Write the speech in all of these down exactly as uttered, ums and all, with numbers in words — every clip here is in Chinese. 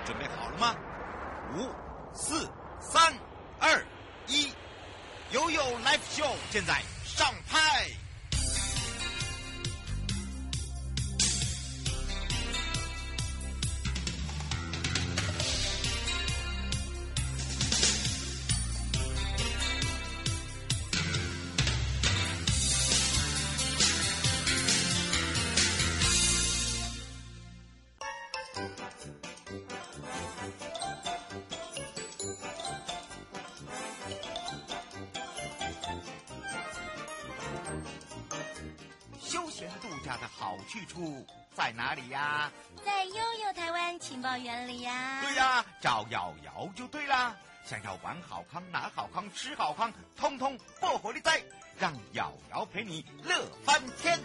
准备好了吗？五、四、三、二、一，悠悠 Live Show 现在上拍。休闲度假的好去处在哪里呀？ 在悠悠台湾情报园里呀。 对呀，找瑶瑶就对啦。想要玩好康、拿好康、吃好康，通通破火力在，让瑶瑶陪你乐翻天。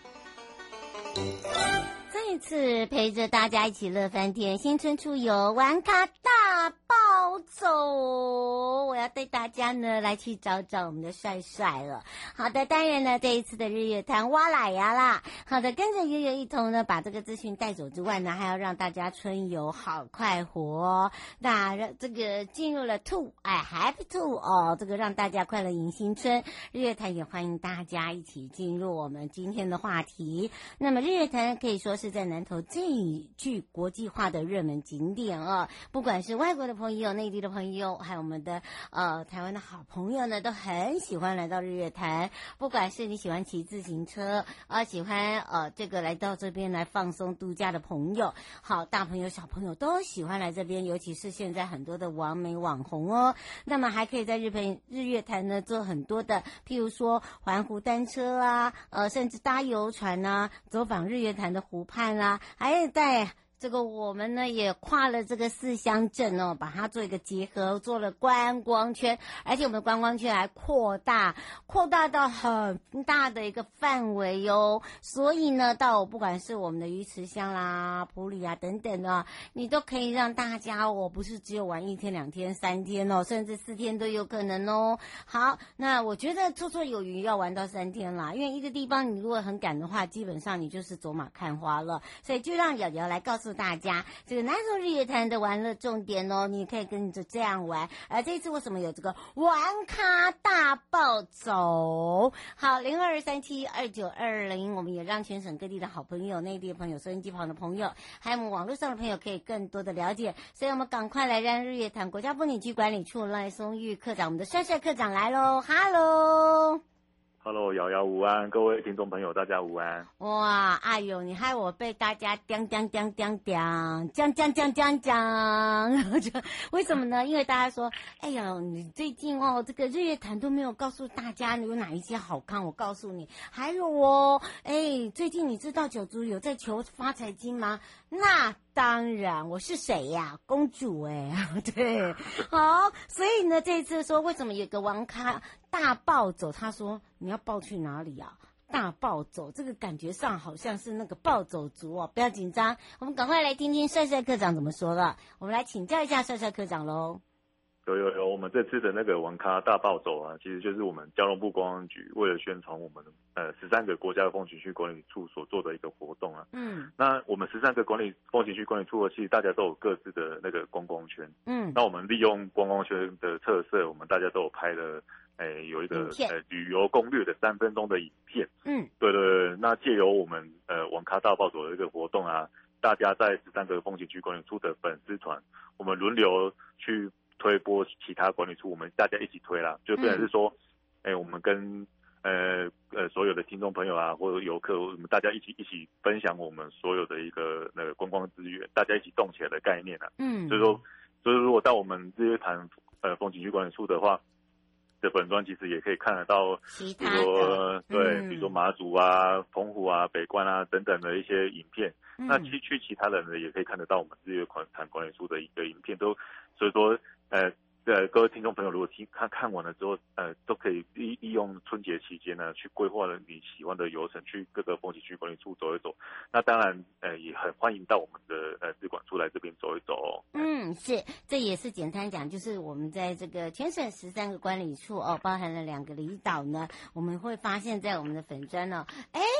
再一次陪着大家一起乐翻天，新春出游玩卡大暴走，我要带大家呢来去找找我们的帅帅了。好的，当然呢这一次的日月潭哇啦呀啦，好的，跟着悠悠一同呢把这个资讯带走之外呢，还要让大家春游好快活。那这个进入了兔哎 Happy Two 哦，这个让大家快乐迎新春。日月潭也欢迎大家一起进入我们今天的话题。那么日月潭可以说是在南投最具国际化的热门景点哦，不管是外国的朋友、内地的朋友，还有我们的呃台湾的好朋友呢，都很喜欢来到日月潭。不管是你喜欢骑自行车啊，喜欢呃这个来到这边来放松度假的朋友，好，大朋友小朋友都喜欢来这边，尤其是现在很多的网美网红哦。那么还可以在日本日月潭呢做很多的，譬如说环湖单车啊，呃甚至搭游船啊，走访日月潭的湖畔啊，还有在这个我们呢也跨了这个四乡镇哦，把它做一个结合，做了观光圈，而且我们的观光圈还扩大，扩大到很大的一个范围哟。所以呢，到不管是我们的鱼池乡啦、埔里啊等等的，你都可以让大家哦，不是只有玩一天、两天、三天哦，甚至四天都有可能哦。好，那我觉得绰绰有余要玩到三天啦，因为一个地方你如果很赶的话，基本上你就是走马看花了。所以就让瑶瑶来告诉大家这个南投日月潭的玩乐重点哦，你可以跟着这样玩。而这一次为什么有这个玩咖大暴走？好，零二三七二九二零，我们也让全省各地的好朋友、内地的朋友、收音机旁的朋友，还有我们网络上的朋友可以更多的了解。所以我们赶快来让日月潭国家风景区管理处赖松玉科长，我们的帅帅科长来喽！哈喽。 Hello， 瑶瑶午安，各位听众朋友，大家午安。 哇，哎呦，你害我被大家讲讲讲讲讲讲讲讲讲讲，为什么呢？因为大家说，哎呀，你最近哦，这个日月潭都没有告诉大家有哪一些好康，我告诉你，还有哦，哎，最近你知道九族有在求发财金吗？那当然，我是谁呀？公主哎，对，好，所以呢，这一次说为什么有个王咖大暴走？他说你要暴去哪里啊？大暴走，这个感觉上好像是那个暴走族哦，不要紧张，我们赶快来听听帅帅科长怎么说了。我们来请教一下帅帅科长喽。 有有有，我们这次的那个玩咖大暴走啊，其实就是我们交通部观光局为了宣传我们呃十三个国家的风景区管理处所做的一个活动啊。嗯，那我们十三个管理风景区管理处，其实大家都有各自的那个观光圈。嗯，那我们利用观光圈的特色，我们大家都有拍了，诶、有一个呃旅游攻略的三分钟的影片。嗯，对对对，那借由我们呃玩咖大暴走的一个活动啊，大家在十三个风景区管理处的粉丝团，我们轮流去推播其他管理处，我们大家一起推啦，就变成是说，哎、嗯欸，我们跟呃呃所有的听众朋友啊，或者游客，我们大家一起一起分享我们所有的一个那个观光资源，大家一起动起来的概念啊。嗯，所以说，所以如果到我们日月潭呃风景区管理处的话，的本端其实也可以看得到，比如说对，嗯、比如说马祖啊、澎湖啊、北关啊等等的一些影片。嗯、那去去其他人呢，也可以看得到我们日月潭管理处的一个影片，都所以说呃。呃，各位听众朋友，如果听看看完了之后，呃，都可以利利用春节期间呢，去规划了你喜欢的游程，去各个风景区管理处走一走。那当然，呃，也很欢迎到我们的呃自管处来这边走一走哦。 嗯，是，这也是简单讲，就是我们在这个全省十三个管理处哦，包含了两个离岛呢，我们会发现在我们的粉专呢，哎。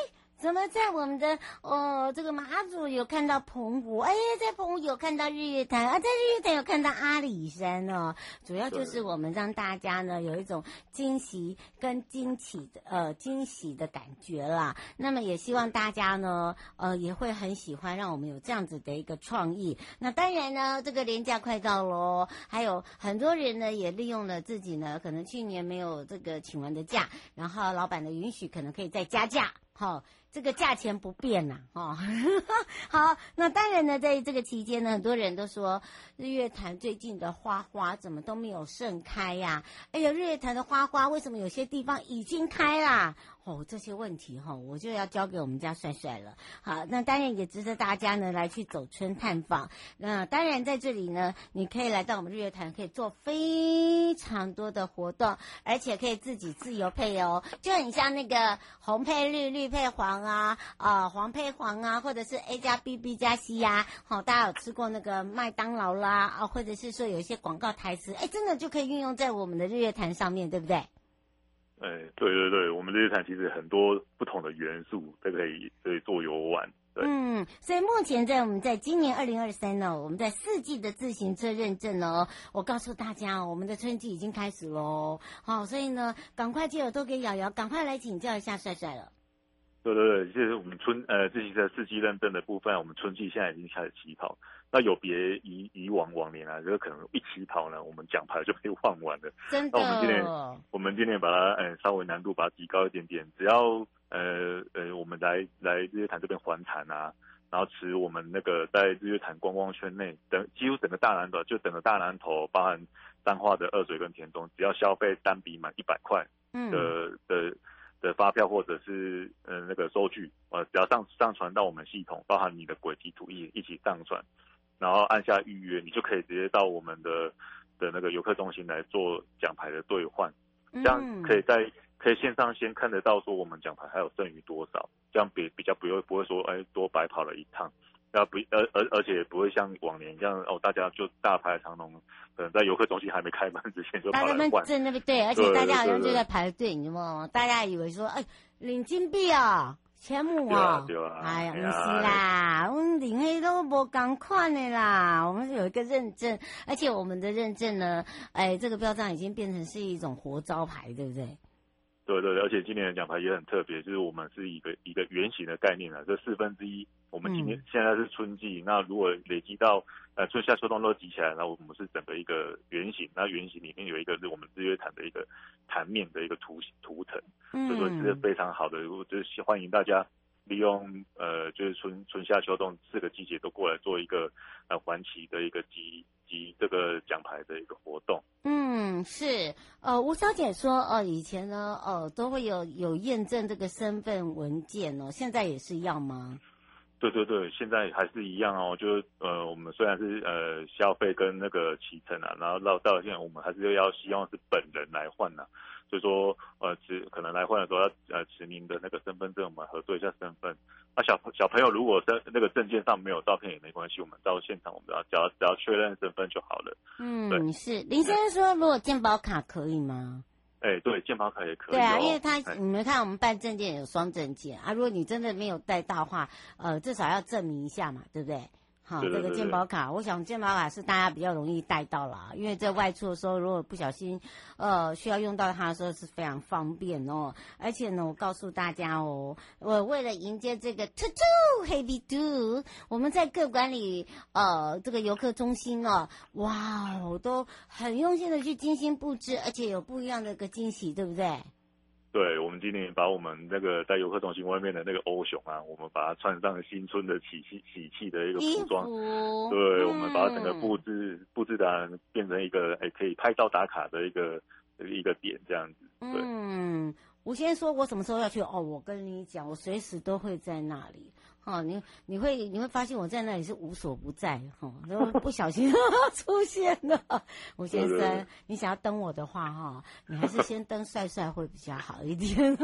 怎么在我们的呃这个马祖有看到澎湖？哎，在澎湖有看到日月潭啊，在日月潭有看到阿里山哦。主要就是我们让大家呢有一种惊喜跟惊喜的呃惊喜的感觉啦。那么也希望大家呢呃也会很喜欢，让我们有这样子的一个创意。那当然呢，这个连假快到咯，还有很多人呢也利用了自己呢可能去年没有这个请完的假，然后老板的允许可能可以再加价，好、哦，这个价钱不变呐、啊，哦，好，那当然呢，在这个期间呢，很多人都说日月潭最近的花花怎么都没有盛开呀、啊？哎呀，日月潭的花花为什么有些地方已经开啦？哦，这些问题哈、哦，我就要交给我们家帅帅了。好，那当然也值得大家呢来去走春探访。那当然在这里呢，你可以来到我们日月潭，可以做非常多的活动，而且可以自己自由配哦，就很像那个红配绿，绿配黄啊，啊、呃、黄配黄啊，或者是 A 加 B，B 加 C 呀。好，大家有吃过那个麦当劳啦啊，或者是说有一些广告台词，哎，真的就可以运用在我们的日月潭上面，对不对？ 哎，对对对，我们日月潭其实很多不同的元素都可以可以做游玩。对， 嗯，所以目前在我们在今年二零二三呢，我们在四季的自行车认证呢，我告诉大家，我们的春季已经开始喽。好，所以呢，赶快就都给瑶瑶，赶快来请教一下帅帅了。 对对对，就是我们春呃自行车四季认证的部分，我们春季现在已经开始起跑。那有别以以往往年啊，就是可能一起跑呢，我们奖牌就被换完了。 真的。 那我们今年我们今年把它呃稍微难度把它提高一点点，只要呃呃我们来来日月潭这边环潭啊，然后持我们那个在日月潭观光圈内，等几乎整个大南头就整个大南头，包含彰化的二水跟田中，只要消费单笔满一百块的、嗯、的。的发票或者是呃那个收据，呃只要上上传到我们系统，包含你的轨迹图一一起上传，然后按下预约，你就可以直接到我们的的那个游客中心来做奖牌的兑换，这样可以在可以线上先看得到说我们奖牌还有剩余多少，这样比比较不会不会说哎多白跑了一趟。要不而而而且不会像往年这样哦，大家就大排长龙，可能在游客中心还没开门之前就跑来换。 在那边对，而且大家好像就在排队，你知道吗？大家以为说，哎，领金币啊，钱母啊， 对啊， 哎呀，不是啦，我们领黑都无同款的啦，我们有一个认证，而且我们的认证呢，哎，这个标章已经变成是一种活招牌，对不对？ 对对对，而且今年的奖牌也很特别，就是我们是一个一个圆形的概念啊，这四分之一，我们今年、嗯、现在是春季，那如果累积到呃春夏秋冬都集起来，那我们是整个一个圆形，那圆形里面有一个是我们日月潭的一个潭面的一个图图腾，嗯，所以说是非常好的，就是欢迎大家利用呃就是春春夏秋冬四个季节都过来做一个呃环旗的一个集集这个奖牌的一个活动。 嗯，是，呃，吴小姐说，呃，以前呢，呃，都会有有验证这个身份文件哦，现在也是一样吗？ 对对对，现在还是一样哦，就是呃，我们虽然是呃消费跟那个启程啊，然后到到现在我们还是要希望是本人来换呐、啊，所以说呃持可能来换的时候要呃持您的那个身份证，我们核对一下身份。那小小朋友如果在那个证件上没有照片也没关系，我们到现场我们只要只要只要确认身份就好了。 嗯，对，是林先生说，如果健保卡可以吗？ 哎，对，健保卡也可以、哦。 对啊，因为他你们看我们办证件有双证件啊，如果你真的没有带到的话，呃，至少要证明一下嘛，对不对？好，这个健保卡，我想健保卡是大家比较容易带到啦，因为在外出的时候，如果不小心，呃，需要用到它的时候是非常方便哦。而且呢，我告诉大家哦，我为了迎接这个 to do happy do， 我们在各管理呃这个游客中心哦，哇，我都很用心的去精心布置，而且有不一样的一个惊喜，对不对？ 对，我们今年把我们那个在游客中心外面的那个欧熊啊，我们把它穿上新春的喜气喜气的一个服装，对、嗯，我们把它整个布置布置的变成一个哎可以拍照打卡的一个一个点这样子。对， 嗯，我先说我什么时候要去哦，我跟你讲，我随时都会在那里。哦，你你会你会发现我在那里是无所不在，哈、哦，不小心出现了。吴先生，对对对，你想要登我的话，哈，你还是先登帅帅会比较好一点。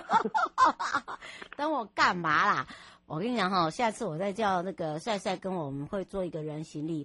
登我干嘛啦？我跟你讲哈，下次我再叫那个帅帅跟我们会做一个人形立牌，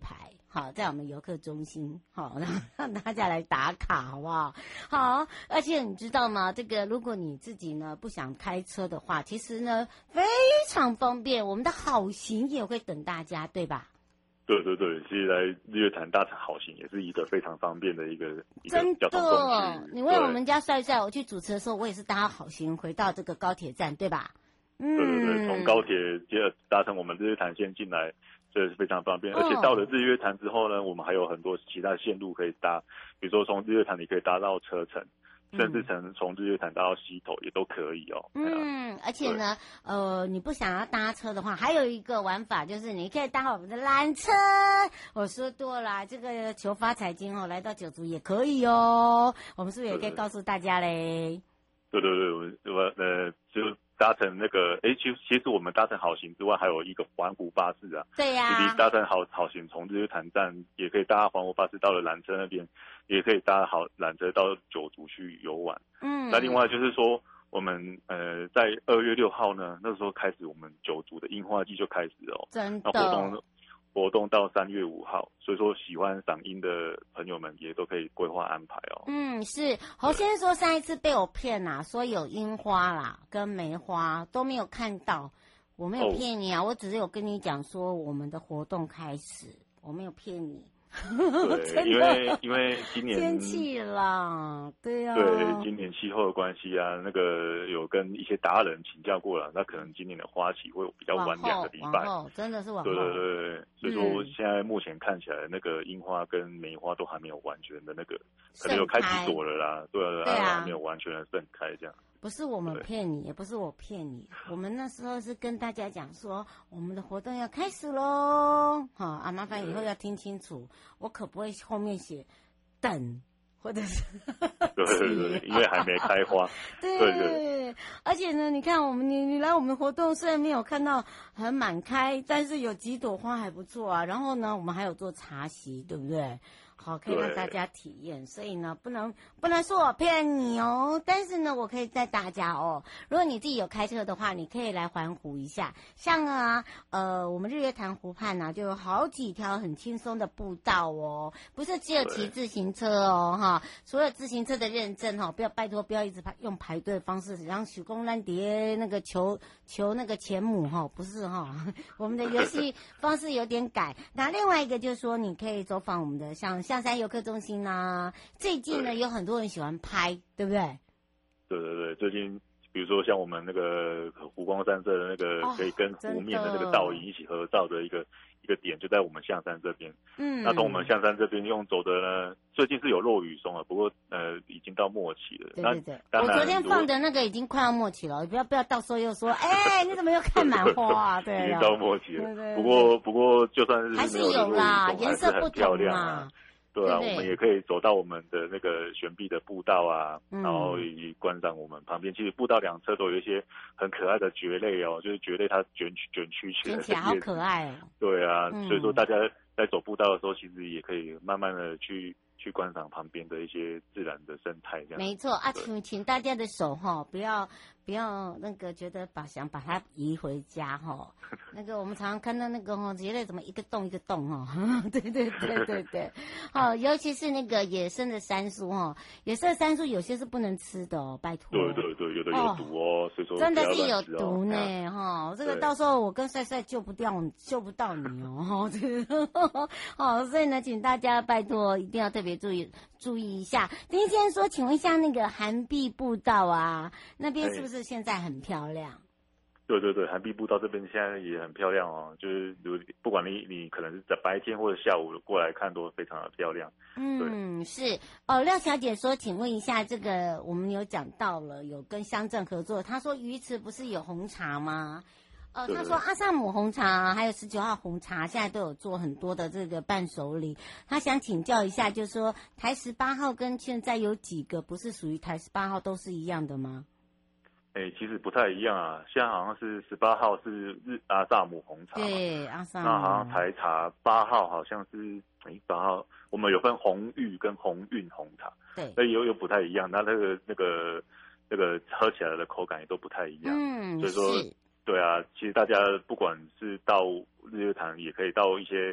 好，在我们游客中心，好，让让大家来打卡，好不好？好，而且你知道吗？这个如果你自己呢不想开车的话，其实呢非常方便，我们的好行也会等大家，对吧？ 对对对，其实来日月潭搭乘好行也是一个非常方便的一个一个真交通工具。 你为我们家帅帅，我去主持的时候，我也是搭好行回到这个高铁站，对吧？ 嗯，对对对，从高铁接着搭乘我们日月潭线进来，这是非常方便。而且到了日月潭之后呢，我们还有很多其他线路可以搭，比如说从日月潭你可以搭到车城。甚至从从日月潭搭到溪头也都可以哦。 嗯，而且呢，呃，你不想要搭车的话，还有一个玩法就是你可以搭我们的缆车。我说多了，这个求发财金哦，来到九族也可以哦。我们是不是也可以告诉大家嘞？ 对对对，我我呃就搭乘那个，哎，其实其实我们搭乘好行之外，还有一个环湖巴士啊。 对呀、啊。 你搭乘好好行从日月潭站，也可以搭环湖巴士到了缆车那边，也可以搭好缆车到九族去游玩。嗯。那另外就是说，我们呃在二月六号呢，那时候开始我们九族的樱花季就开始哦。 真的。 那活动活动到三月五号，所以说喜欢赏樱的朋友们也都可以规划安排哦。 嗯，是侯先生说上一次被我骗啦、啊，说有樱花啦跟梅花都没有看到，我没有骗你啊，哦、我只是有跟你讲说我们的活动开始，我没有骗你。 对，因为因为今年天气啦，对啊， 对，今年气候的关系啊，那个有跟一些达人请教过了，那可能今年的花期会比较晚两个礼拜， 真的是往后， 对对对，所以说现在目前看起来那个樱花跟梅花都还没有完全的那个，可能有开几朵了啦，对啊，对啊，还没有完全的盛开这样。 不是我们骗你，也不是我骗你，我们那时候是跟大家讲说，我们的活动要开始喽，好啊，麻烦以后要听清楚，我可不会后面写等或者是对对对，因为还没开花， 对对对，而且呢，你看我们你你来我们活动，虽然没有看到很满开，但是有几朵花还不错啊。然后呢，我们还有做茶席，对不对？好，可以让大家体验，所以呢，不能不能说我骗你哦，但是呢，我可以带大家哦，如果你自己有开车的话，你可以来环湖一下，像啊，呃，我们日月潭湖畔呢、啊，就有好几条很轻松的步道哦，不是只有骑自行车哦，哈，除了自行车的认证哈、哦，不要拜托不要一直排用排队的方式，让许公烂蝶那个求求那个钱母哈、哦，不是哈、哦，我们的游戏方式有点改，那另外一个就是说，你可以走访我们的像。象山游客中心啊，最近呢有很多人喜欢拍，对不对？ 对对对，最近比如说像我们那个湖光山色的那个，可以跟湖面的那个倒影一起合照的一个、哦、一个点，就在我们象山这边。嗯，那从我们象山这边用走的呢，最近是有落雨松了，不过呃已经到末期了。 对对对，我昨天放的那个已经快要末期了，不要不要到时候又说，哎，你怎么又看满花啊？对， 已经到末期了。 对对对， 不过不过就算是还是有啦，颜色不同嘛。 对啊，对对，我们也可以走到我们的那个悬臂的步道啊，嗯、然后以及观赏我们旁边。其实步道两侧都有一些很可爱的蕨类哦，就是蕨类它卷卷曲起来， 卷起来好可爱哦。 对啊，嗯、所以说大家在走步道的时候，其实也可以慢慢的去去观赏旁边的一些自然的生态，这样。 没错啊，请请大家的手哈，不要不要那个觉得把想把它移回家哈。那个我们常常看到那个哈，蕨类怎么一个洞一个洞哈，对对对对对，好，尤其是那个野生的山苏哈，野生的山苏有些是不能吃的哦，拜托。 对对对，有的有毒哦，哦所以说真的是有毒呢哈，这个到时候我跟帅帅救不掉，救不到你哦，这个好，所以呢，请大家拜托一定要特别注意注意一下。丁先生说，请问一下那个寒碧步道啊，那边是不是现在很漂亮？ 对对对，寒碧步道这边现在也很漂亮哦，就是不管你你可能是在白天或者下午过来看都非常的漂亮。 嗯，是哦。廖小姐说，请问一下，这个我们有讲到了，有跟乡镇合作，她说鱼池不是有红茶吗？呃，他说阿萨姆红茶还有十九号红茶现在都有做很多的这个伴手礼，他想请教一下，就是说台十八号跟现在有几个不是属于台十八号都是一样的吗？ 哎、欸，其实不太一样啊，现在好像是十八号是日阿萨姆红茶， 对，阿萨姆， 那好像台茶八号好像是哎八号，我们有分红玉跟红韵红茶， 对， 所以又又不太一样，那那个那个那个喝起来的口感也都不太一样， 嗯， 所以说对啊，其实大家不管是到日月潭，也可以到一些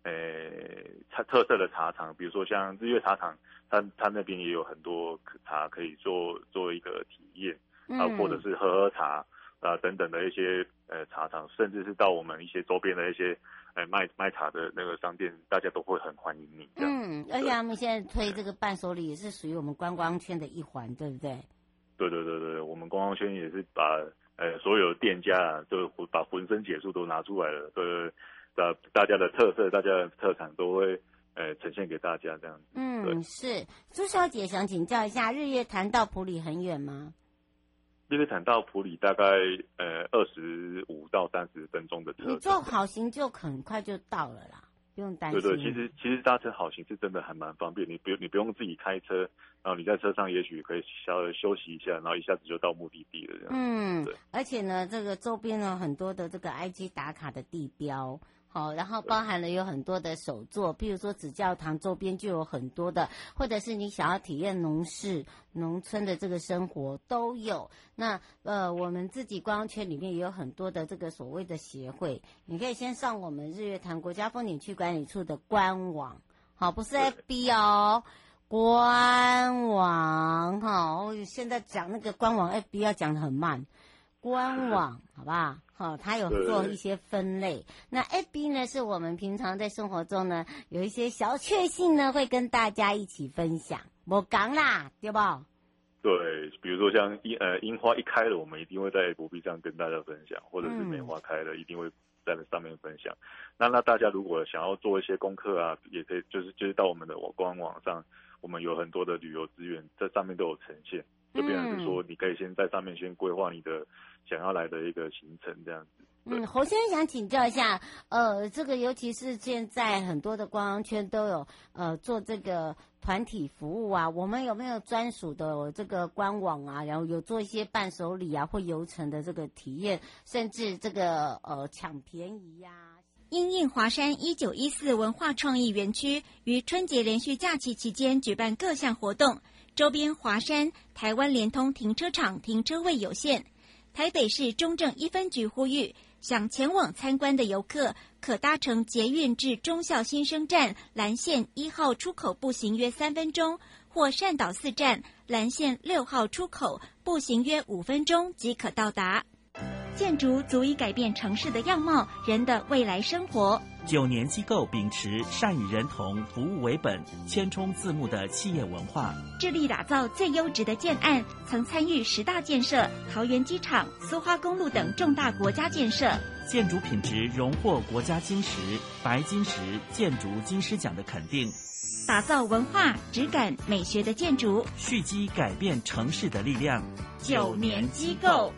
呃特特色的茶厂，比如说像日月茶厂，它它那边也有很多茶可以做做一个体验，啊、嗯，或者是喝喝茶啊、呃、等等的一些呃茶厂，甚至是到我们一些周边的一些呃卖卖茶的那个商店，大家都会很欢迎你。 嗯，而且他们现在推这个伴手礼也是属于我们观光圈的一环，对不对？ 对对对对，我们观光圈也是把呃所有店家啊，都把浑身解数都拿出来了，对，把大家的特色、大家的特产都会呃呈现给大家这样子。 嗯，是。朱小姐想请教一下，日月潭到埔里很远吗？ 日月潭到埔里大概呃二十五到三十分钟的车， 你坐好行就很快就到了啦。不用担心。 对对，其实其实搭乘好行是真的还蛮方便，你不用你不用自己开车，然后你在车上也许可以稍微休息一下，然后一下子就到目的地了这样。 嗯，对。而且呢，这个周边呢很多的这个 I G 打卡的地标。好，然后包含了有很多的手作，譬如说紫教堂周边就有很多的，或者是你想要体验农事、农村的这个生活都有。那呃，我们自己观光圈里面也有很多的这个所谓的协会，你可以先上我们日月潭国家风景区管理处的官网，好，不是 F B 哦，官网哈。我现在讲那个官网 F B 要讲得很慢。官网好不好？好、哦，它有做一些分类。那 F B 呢，是我们平常在生活中呢有一些小确幸呢，会跟大家一起分享。没讲啦，对不？ 对，比如说像樱呃樱花一开了，我们一定会在 F B 上跟大家分享，或者是梅花开了，嗯、一定会在上面分享。那那大家如果想要做一些功课啊，也可以就是就是到我们的官网上，我们有很多的旅游资源在上面都有呈现。就变成是说，你可以先在上面先规划你的想要来的一个行程，这样子。 嗯，侯先生想请教一下，呃，这个尤其是现在很多的观光圈都有呃做这个团体服务啊，我们有没有专属的这个官网啊？然后有做一些伴手礼啊或游程的这个体验，甚至这个呃抢便宜呀、啊？ 因应华山一九一四文化创意园区于春节连续假期期间举办各项活动。周边华山台湾联通停车场停车位有限，台北市中正一分局呼吁，想前往参观的游客可搭乘捷运至忠孝新生站蓝线一号出口步行约三分钟，或善导寺站蓝线六号出口步行约五分钟即可到达。建筑足以改变城市的样貌，人的未来生活。 九年机构秉持善与人同、服务为本、千冲自牧的企业文化， 致力打造最优质的建案，曾参与十大建设、桃园机场、苏花公路等重大国家建设。 建筑品质荣获国家金石、白金石建筑金狮奖的肯定， 打造文化、质感、美学的建筑， 蓄积改变城市的力量。 九年机构。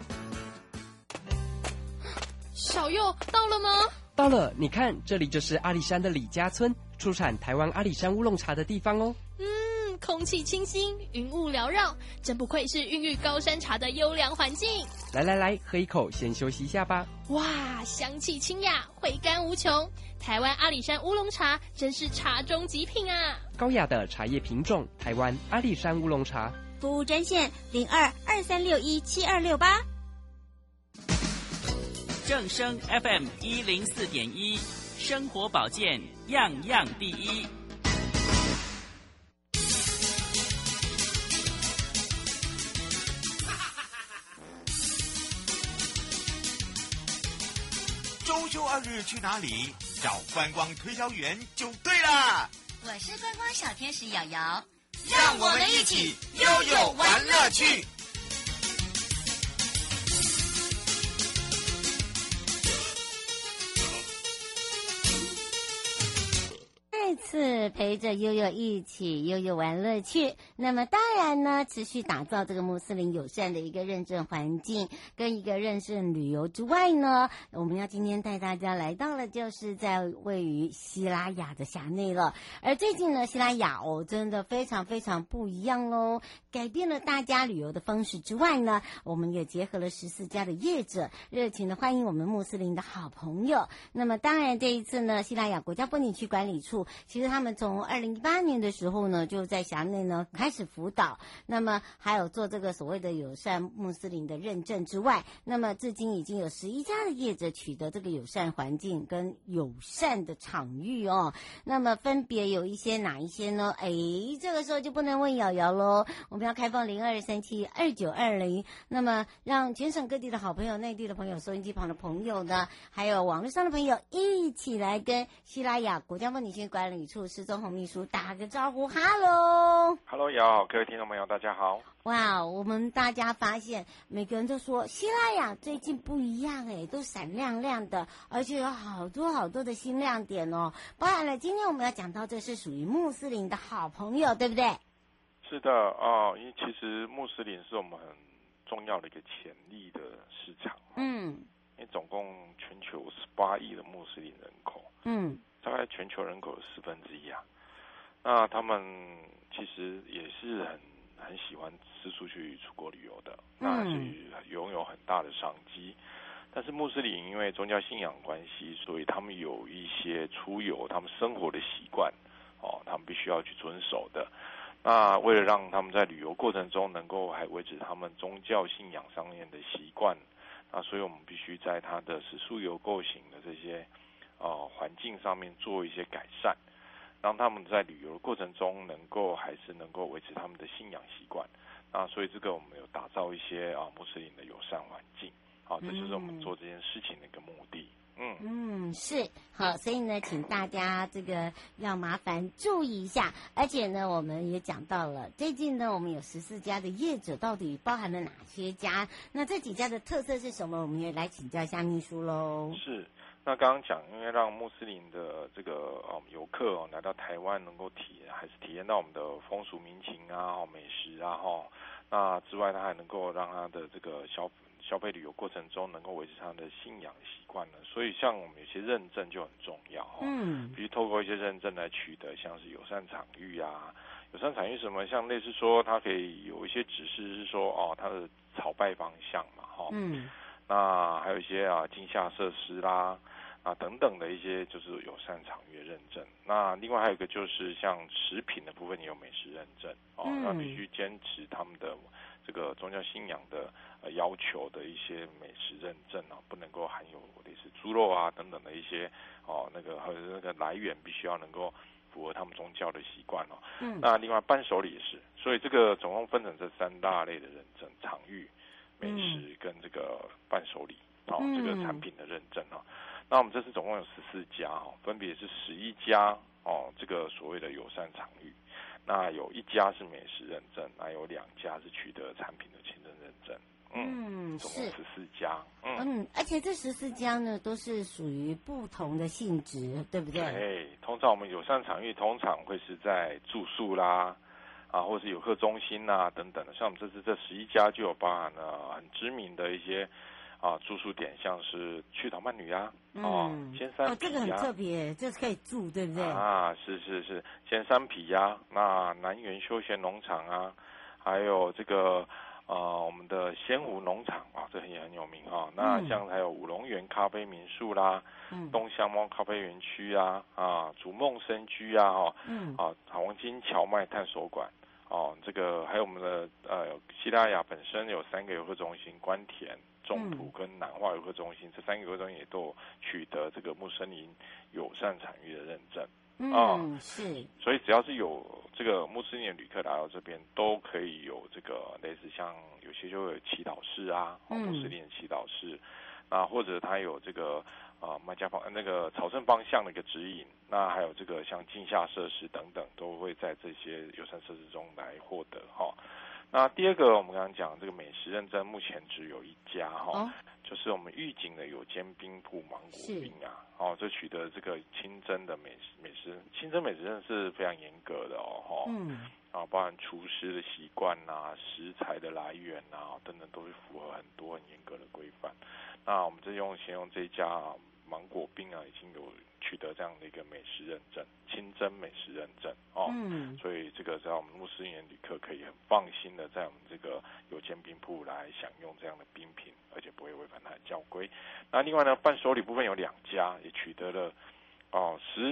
小佑到了吗？ 到了，你看，这里就是阿里山的李家村，出产台湾阿里山乌龙茶的地方哦。 嗯，空气清新，云雾缭绕，真不愧是孕育高山茶的优良环境。 来来来，喝一口，先休息一下吧。 哇，香气清雅，回甘无穷。台湾阿里山乌龙茶真是茶中极品啊！ 高雅的茶叶品种，台湾阿里山乌龙茶。 服务专线零二二三六一七二六八。 正声 F M 一零四点一，生活保健样样第一。 周休二日去哪里？找观光推销员就对了。 我是观光小天使瑶瑶， 让我们一起悠悠玩乐趣。 再次陪着悠悠一起悠悠玩乐趣。那么当然呢，持续打造这个穆斯林友善的一个认证环境跟一个认证旅游之外呢，我们要今天带大家来到了就是在位于西拉雅的辖内了。而最近呢，西拉雅哦真的非常非常不一样哦，改变了大家旅游的方式之外呢，我们也结合了十四家的业者，热情的欢迎我们穆斯林的好朋友。那么当然这一次呢，西拉雅国家风景区管理处其实他们从二零一八年的时候呢，就在辖内呢开始辅导，那么还有做这个所谓的友善穆斯林的认证之外，那么至今已经有十一家的业者取得这个友善环境跟友善的场域哦。那么分别有一些哪一些呢？哎，这个时候就不能问瑶瑶喽，我们要开放零二三七二九二零，那么让全省各地的好朋友、内地的朋友、收音机旁的朋友呢，还有网络上的朋友一起来跟西拉雅国家风景区管理处施宗宏秘书打个招呼。哈喽， 哈喽，瑶，各位听众朋友，大家好。 哇，我们大家发现每个人都说西拉雅最近不一样哎，都闪亮亮的，而且有好多好多的新亮点哦。包含了今天我们要讲到，这是属于穆斯林的好朋友，对不对？ 是的哦，因为其实穆斯林是我们很重要的一个潜力的市场。嗯，因为总共全球十八亿的穆斯林人口，嗯，大概全球人口的四分之一啊。那他们其实也是很很喜欢四处去出国旅游的，那是拥有很大的商机。但是穆斯林因为宗教信仰关系，所以他们有一些出游他们生活的习惯哦，他们必须要去遵守的。那为了让他们在旅游过程中能够还维持他们宗教信仰上面的习惯，那所以我们必须在他的食宿游购行的这些呃环境上面做一些改善，让他们在旅游的过程中能够还是能够维持他们的信仰习惯。那所以这个我们有打造一些啊穆斯林的友善环境，好，这就是我们做这件事情的一个目的。嗯嗯，是好，所以呢，请大家这个要麻烦注意一下，而且呢，我们也讲到了，最近呢，我们有十四家的业者，到底包含了哪些家？那这几家的特色是什么？我们也来请教一下秘书喽。 是，那刚刚讲，因为让穆斯林的这个嗯游客哦来到台湾，能够体还是体验到我们的风俗民情啊、美食啊哈，那之外，他还能够让他的这个消消费旅游过程中能够维持他的信仰习惯呢，所以像我们有些认证就很重要哈，嗯，比如透过一些认证来取得，像是友善场域啊，友善场域什么，像类似说它可以有一些指示是说哦，它的朝拜方向嘛哈，嗯，那还有一些啊惊吓设施啦啊等等的一些就是友善场域的认证。那另外还有一个就是像食品的部分也有美食认证哦，嗯，那必须坚持他们的这个宗教信仰的呃要求的一些美食认证啊，不能够含有类似猪肉啊等等的一些哦那个和那个来源必须要能够符合他们宗教的习惯哦。嗯。那另外伴手礼也是，所以这个总共分成这三大类的认证：场域、美食跟这个伴手礼哦，嗯，这个产品的认证哦。那我们这次总共有十四家哦，分别是十一家哦，这个所谓的友善场域。那有一家是美食认证，那有两家是取得产品的清真认证，嗯，嗯总共十四家，嗯嗯，而且这十四家呢都是属于不同的性质，对不对？ 对，通常我们友善场域通常会是在住宿啦，啊，或是游客中心啦等等的，像我们这次这十一家就有包含了很知名的一些啊住宿点，像是趣岛曼旅啊，哦，仙山皮啊， 哦，这个很特别，这是可以住，对不对？ 啊，是是是，仙山皮啊，那南园休闲农场啊，还有这个呃我们的仙湖农场啊，这也很有名哈，哦。那像还有五龙园咖啡民宿啦，嗯，东香猫咖啡园区啊，啊逐梦深居啊，哈，嗯，啊黄金荞麦探索馆。哦，这个还有我们的呃西拉雅本身有三个游客中心，关田、中埔跟南化游客中心，嗯，这三个游客中心也都有取得这个穆斯林友善场域的认证。 嗯，哦，是。 所以只要是有这个穆斯林的旅客来到这边，都可以有这个类似像有些就有祈祷室啊，哦，穆斯林的祈祷室，啊或者他有这个啊麦加方那个朝圣方向的一个指引。那还有这个像镜下设施等等，都会在这些友善设施中来获得哈。那第二个，我们刚刚讲这个美食认证，目前只有一家哈，哦，就是我们玉井的有间冰铺芒果冰啊，哦，这取得这个清真的美食美食清真美食认是非常严格的哦，哈，嗯，啊，包含厨师的习惯呐、食材的来源呐等等，都是符合很多很严格的规范。那我们这用先用这一家啊。芒果冰啊，已经有取得这样的一个美食认证，清真美食认证哦，嗯，所以这个在我们穆斯林旅客可以很放心的在我们这个有间冰铺来享用这样的冰品，而且不会违反它的教规。那另外呢，伴手礼部分有两家也取得了哦十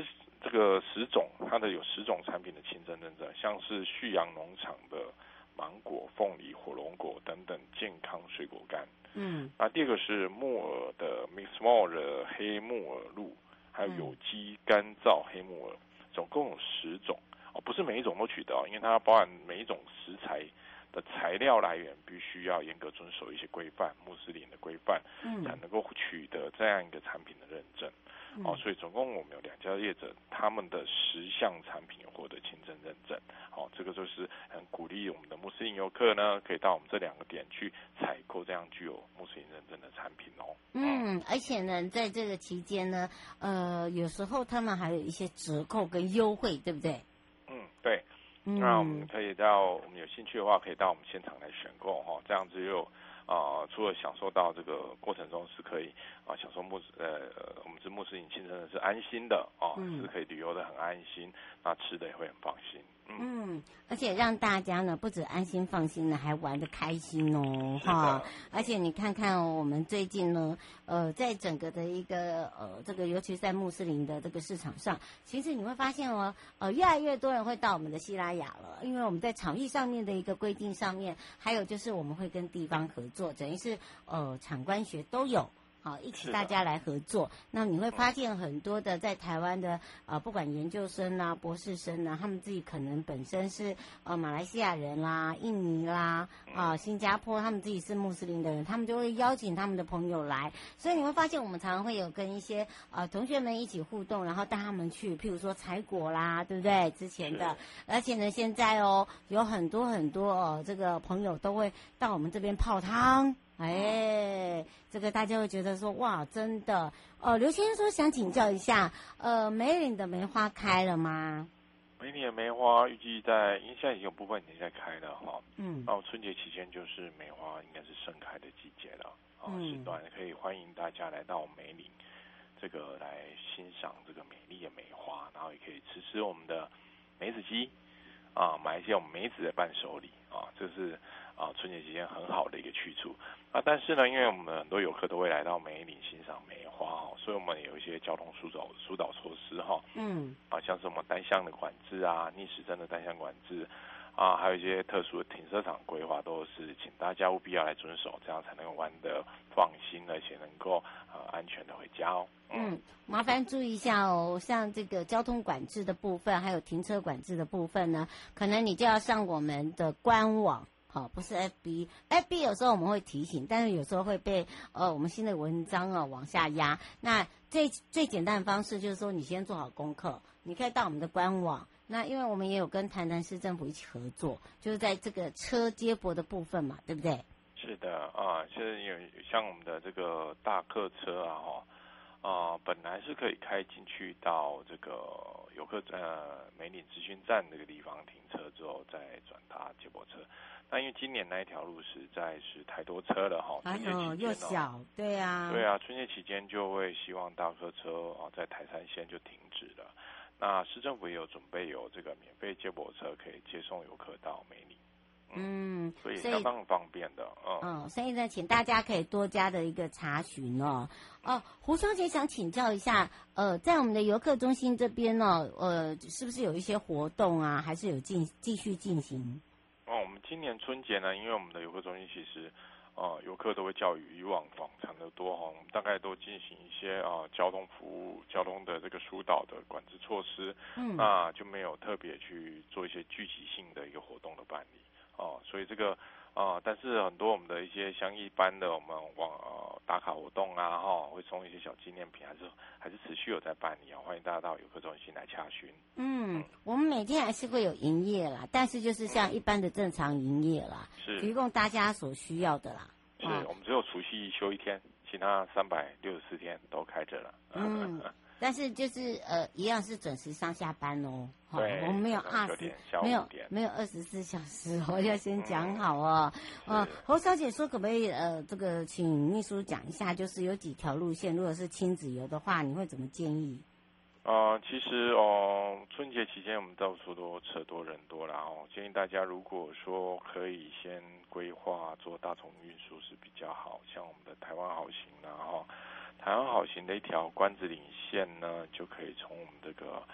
这个十种，它的有十种产品的清真认证，像是旭阳农场的芒果、凤梨、火龙果等等健康水果干。嗯，那第二个是木耳的 Mix More 的黑木耳露，还有有机干燥黑木耳，总共有十种哦，不是每一种都取得，因为它包含每一种食材的材料来源必须要严格遵守一些规范，穆斯林的规范，嗯，才能够取得这样一个产品的认证。哦，所以总共我们有两家业者，他们的十项产品有获得清真认证。哦，这个就是很鼓励我们的穆斯林游客呢，可以到我们这两个点去采购这样具有穆斯林认证的产品哦。 嗯，而且呢，在这个期间呢，呃，有时候他们还有一些折扣跟优惠，对不对？ 嗯，对。嗯、那我们可以到，我们有兴趣的话，可以到我们现场来选购哈、哦，这样子又。啊、呃，除了享受到这个过程中是可以啊、呃、享受穆呃我们是穆斯林清真的是安心的啊、呃嗯，是可以旅游的很安心，那吃的也会很放心。嗯， 嗯而且让大家呢不止安心放心呢，还玩得开心哦哈。而且你看看、哦、我们最近呢，呃，在整个的一个呃这个，尤其是在穆斯林的这个市场上，其实你会发现哦，呃，越来越多人会到我们的西拉雅了，因为我们在场域上面的一个规定上面，还有就是我们会跟地方合作。做等于是呃产官学都有，好一起大家来合作。那你会发现很多的在台湾的呃不管研究生啊、博士生啊，他们自己可能本身是呃马来西亚人啦、印尼啦啊、呃、新加坡，他们自己是穆斯林的人，他们就会邀请他们的朋友来。所以你会发现我们常常会有跟一些呃同学们一起互动，然后带他们去，譬如说采果啦，对不对？之前的，而且呢现在哦有很多很多哦这个朋友都会到我们这边泡汤。哎，这个大家会觉得说哇，真的哦。刘先生说想请教一下，呃，梅岭的梅花开了吗？ 梅岭的梅花预计在，因为现在已经有部分已经在开了哈，嗯，然后春节期间就是梅花应该是盛开的季节了，啊、嗯，时段可以欢迎大家来到梅岭，这个来欣赏这个美丽的梅花，然后也可以吃吃我们的梅子鸡，啊，买一些我们梅子的伴手礼啊，这是。啊，春节期间很好的一个去处啊，但是呢，因为我们很多游客都会来到梅岭欣赏梅花哦，所以我们有一些交通疏导疏导措施哈，嗯，啊，像是我们单向的管制啊，逆时针的单向管制啊，还有一些特殊的停车场规划，都是请大家务必要来遵守，这样才能够玩得放心，而且能够呃安全的回家哦。 嗯, 嗯，麻烦注意一下哦，像这个交通管制的部分，还有停车管制的部分呢，可能你就要上我们的官网。好，不是 F B，F B 有时候我们会提醒，但是有时候会被呃我们新的文章啊往下压。那最最简单的方式就是说，你先做好功课，你可以到我们的官网。那因为我们也有跟台南市政府一起合作，就是在这个车接驳的部分嘛，对不对？ 是的啊，现在有像我们的这个大客车啊，哈啊，本来是可以开进去到这个游客呃梅岭资讯站这个地方停车之后，再转搭接驳车。那因为今年那一条路实在是太多车了哈， 哎呦，又小，对呀， 对啊，春节期间就会希望大客车啊在台山线就停止了。那市政府也有准备有这个免费接驳车可以接送游客到梅岭，嗯，所以相当方便的，嗯， 嗯，所以呢，请大家可以多加的一个查询哦。哦，胡小姐想请教一下，呃，在我们的游客中心这边呢，呃，是不是有一些活动啊，还是有进继续进行？ 哦，我们今年春节呢，因为我们的游客中心其实，呃，游客都会较以往往常的多哈，我们大概都进行一些啊、呃、交通服务、交通的这个疏导的管制措施，嗯，那就没有特别去做一些聚集性的一个活动的办理，哦、呃，所以这个啊、呃，但是很多我们的一些像一般的我们往呃打卡活动啊，哈、哦，会送一些小纪念品，还是还是持续有在办理啊，欢迎大家到游客中心来洽询。 嗯，我们每天还是会有营业啦，但是就是像一般的正常营业啦，是提供大家所需要的啦。 是、啊、我们只有除夕休一天，其他三百六十四天都开着了。 嗯，但是就是呃，一样是准时上下班哦。 对， 我们没有二十，没有没有二十四小时哦，要先讲好哦。嗯、呃，侯小姐说可不可以呃，这个请秘书讲一下，就是有几条路线，如果是亲子游的话，你会怎么建议？ 呃，其实哦，春节期间我们到处都车多人多啦哦，建议大家如果说可以先规划做大众运输是比较好，像我们的台湾好行啦哈，台湾好行的一条关子岭线呢，就可以从我们这个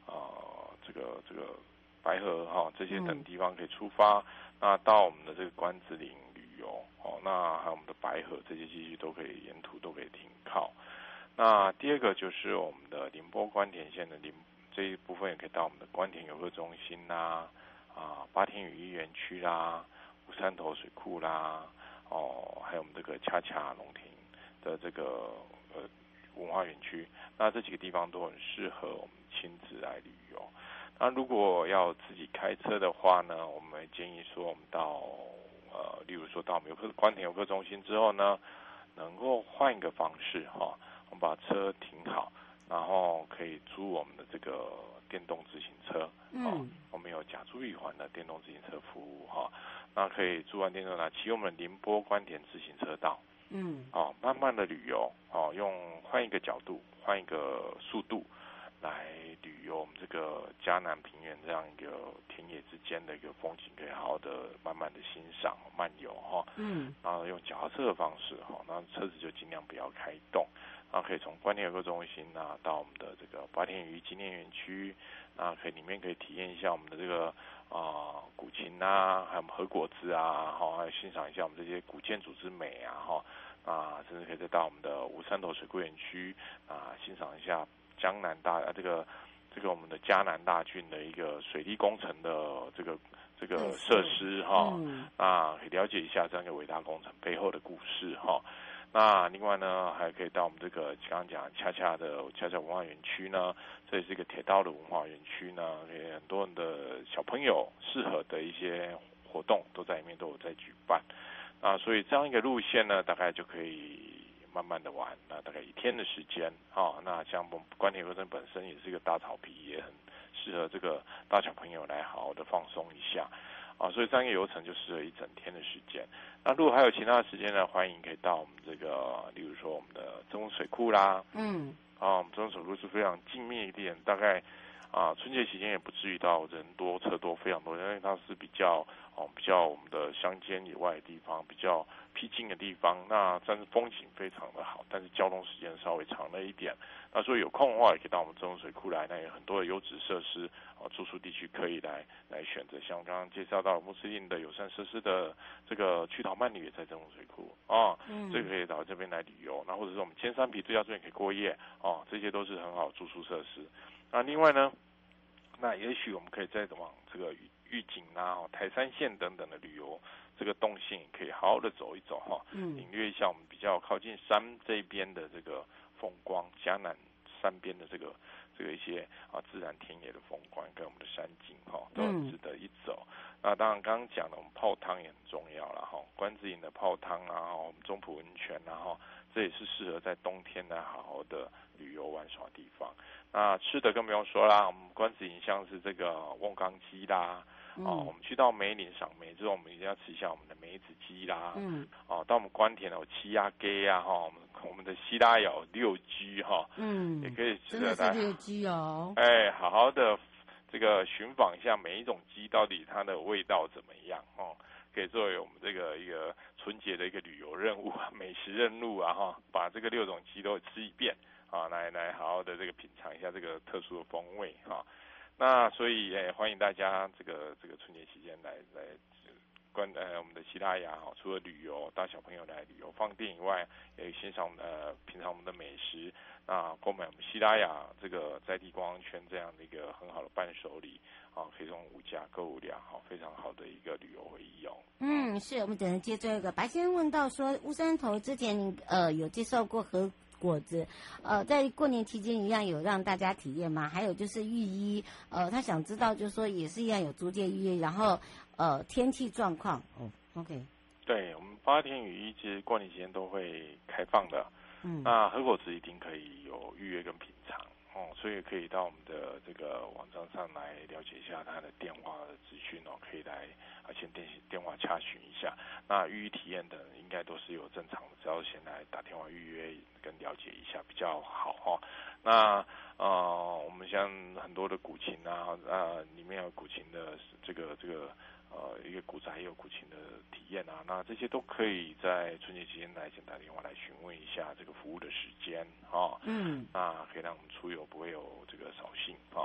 呃这个这个白河哈、哦、这些等地方可以出发，嗯、那到我们的这个关子岭旅游哦，那还有我们的白河这些地区都可以沿途都可以停靠。那第二个就是我们的宁波关田县的宁这一部分也可以到我们的关田游客中心啦，啊八天雨衣园区啦，五山头水库啦，哦还有我们这个恰恰龙亭的这个呃文化园区，那这几个地方都很适合我们亲子来旅游。那如果要自己开车的话呢，我们建议说我们到呃例如说到我们游客关田游客中心之后呢，能够换一个方式哈。我们把车停好，然后可以租我们的这个电动自行车。嗯、哦，我们有甲租乙还的电动自行车服务哈、哦。那可以租完电动呢，骑我们的宁波关田自行车道。嗯，哦，慢慢的旅游，哦，用换一个角度，换一个速度来旅游我们这个嘉南平原这样一个田野之间的一个风景，可以好好的慢慢的欣赏漫游哈。嗯，然后用脚踏车的方式哈，那车子就尽量不要开动。然后可以从关田游客中心啊到我们的这个八天鱼纪念园区，那可以里面可以体验一下我们的这个啊、呃、古琴啊，还有河果子啊，哈，还有欣赏一下我们这些古建筑之美啊，哈啊，甚至可以再到我们的五山头水库园区啊，欣赏一下江南大这个这个我们的嘉南大郡的一个水利工程的这个这个设施哈，嗯、啊，可以了解一下这样一个伟大工程背后的故事哈。那另外呢，还可以到我们这个刚刚讲恰恰的恰恰文化园区呢，这也是一个铁道的文化园区呢，给很多人的小朋友适合的一些活动都在里面都有在举办。啊，所以这样一个路线呢，大概就可以慢慢的玩，那大概一天的时间啊。那像我们关田游镇本身也是一个大草皮，也很适合这个大小朋友来好好的放松一下。啊，所以这样一个游程就适合一整天的时间。那如果还有其他的时间呢，欢迎可以到我们这个，例如说我们的中文水库啦，嗯，啊，我们中文水库是非常静谧的地点，大概啊春节期间也不至于到人多车多非常多，因为它是比较哦比较我们的乡间以外的地方，比较僻静的地方，那但是风景非常的好，但是交通时间稍微长了一点。那所以有空的话，也可以到我们中文水库来，那有很多的优质设施啊，住宿地区可以来来选择。像刚刚介绍到穆斯林的友善设施的这个趣陶慢旅也在中文水库啊，嗯，这个可以到这边来旅游。那或者是我们尖山皮度假村也可以过夜啊，这些都是很好的住宿设施。那另外呢，那也许我们可以再往这个玉井啊、台山县等等的旅游。这个动线可以好好的走一走哈，嗯，领略一下我们比较靠近山这边的这个风光，嘉南山边的这个这个一些啊自然田野的风光跟我们的山景哈，都很值得一走。嗯、那当然刚刚讲的我们泡汤也很重要了哈，关子岭的泡汤啊，我们中埔温泉啊哈，这也是适合在冬天来好好的旅游玩耍的地方。那吃的更不用说啦，我们关子岭像是这个瓮缸鸡啦。哦，我们去到梅岭赏梅之后，我们一定要吃一下我们的梅子鸡啦。嗯。哦，到我们关田有七鸭鸡啊，哈，我们我们的西拉有六鸡哈。嗯。也可以吃的。 真的是六鸡哦。 哎，好好的这个寻访一下每一种鸡到底它的味道怎么样哦，可以作为我们这个一个春节的一个旅游任务啊，美食任务啊哈，把这个六种鸡都吃一遍啊，来来好好的这个品尝一下这个特殊的风味哈。那所以也欢迎大家这个这个春节期间来来关呃我们的西拉雅哈，除了旅游带小朋友来旅游放电以外，也欣赏呃品尝我们的美食，那购买我们西拉雅这个在地观光圈这样的一个很好的伴手礼啊，可以从无价购物量好非常好的一个旅游回忆哦。 嗯，是我们等着接最后一个白先生问到说，乌山头之前您呃有介绍过和果子，呃，在过年期间一样有让大家体验吗？还有就是浴衣，呃，他想知道就是说也是一样有租借浴衣，然后呃天气状况。哦 ，OK。 对，我们八天雨衣其实过年期间都会开放的。嗯。那和果子一定可以有预约跟品尝哦，所以可以到我们的这个网站上来了解一下他的电话的资讯哦，可以来而且电电话洽询一下。那预约体验的应该都是有正常的，只要先来打电话预约跟了解一下比较好哈。那呃，我们像很多的古琴啊，呃，里面有古琴的这个这个呃一个古宅也有古琴的体验啊，那这些都可以在春节期间来先打电话来询问一下这个服务的时间哈。嗯。那可以让我们出游不会有这个扫兴啊。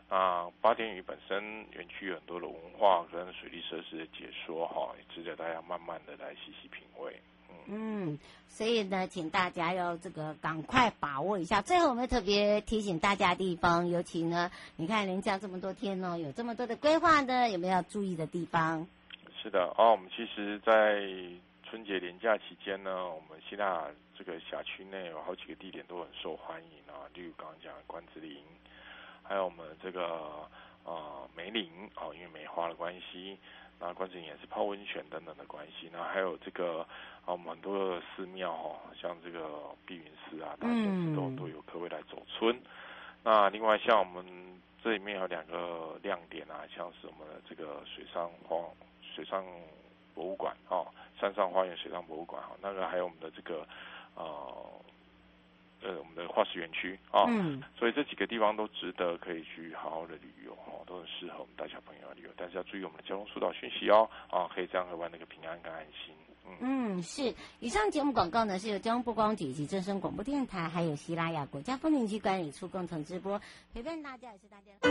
那八田屿本身园区有很多的文化跟水利设施的解说哈，也值得大家慢慢的来细细品味。 嗯，所以呢，请大家要这个赶快把握一下。最后，我们特别提醒大家的地方，尤其呢，你看连假这么多天哦，有这么多的规划呢，有没有要注意的地方？ 是的，哦，我们其实，在春节连假期间呢，我们希腊这个辖区内有好几个地点都很受欢迎啊，例如刚刚讲的关子岭，还有我们这个呃梅林哦，因为梅花的关系。那关子岭也是泡温泉等等的关系，那还有这个啊，我们很多的寺庙哦，像这个碧云寺啊，大仙寺都都有客位来走春。那另外像我们这里面有两个亮点啊，像是我们的这个水上花水上博物馆哦，山上花园水上博物馆哈，那个还有我们的这个呃。呃，我们的化石园区啊，嗯，所以这几个地方都值得可以去好好的旅游哦，都很适合我们大小朋友旅游，但是要注意我们的交通疏导讯息哦，啊，可以这样会玩那个平安跟安心。 嗯, 嗯，是。以上节目广告呢是由交通部观光局以及正声广播电台，还有西拉雅国家风景区管理处共同直播，陪伴大家也是大家。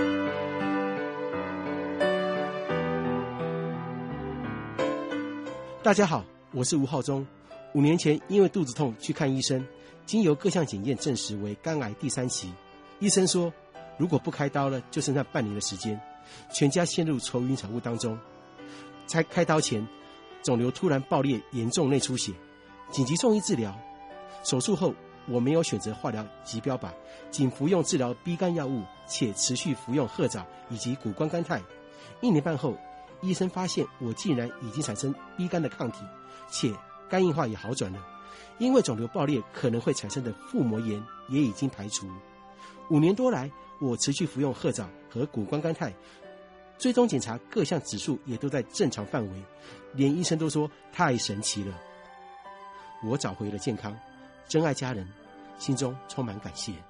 大家好，我是吴浩中。五年前因为肚子痛去看医生。经由各项检验证实为肝癌第三期，医生说如果不开刀了就剩下半年的时间，全家陷入愁云惨雾当中。在开刀前，肿瘤突然爆裂，严重内出血，紧急送医治疗。手术后我没有选择化疗及标靶，仅服用治疗 B 肝药物，且持续服用褐藻以及谷胱甘肽。一年半后，医生发现我竟然已经产生 B 肝的抗体，且肝硬化也好转了。因为肿瘤爆裂可能会产生的腹膜炎也已经排除。五年多来，我持续服用褐藻和谷胱甘肽，追踪检查各项指数也都在正常范围，连医生都说太神奇了。我找回了健康，珍爱家人，心中充满感谢。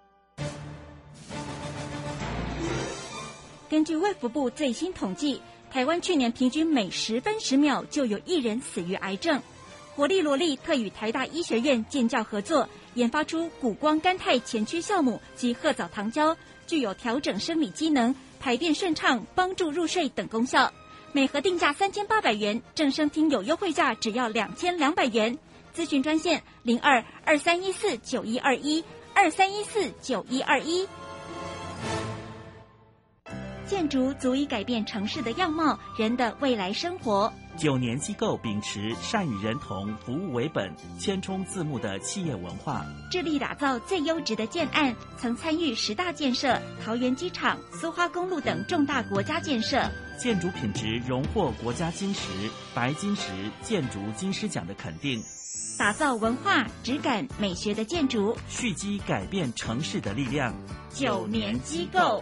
根据卫福部最新统计，台湾去年平均每十分十秒就有一人死于癌症。活力罗力特与台大医学院建教合作，研发出谷胱甘肽前驱酵母及褐藻糖胶，具有调整生理机能、排便顺畅、帮助入睡等功效。每盒定价三千八百元，正声听有优惠价只要两千两百元。咨询专线零二二三一四九一二一二三一四九一二一。建筑足以改变城市的样貌，人的未来生活。 九年机构秉持善与人同、服务为本、千冲自牧的企业文化， 致力打造最优质的建案，曾参与十大建设、桃园机场、苏花公路等重大国家建设。 建筑品质荣获国家金石、白金石建筑金狮奖的肯定， 打造文化、质感、美学的建筑， 蓄积改变城市的力量。 九年机构。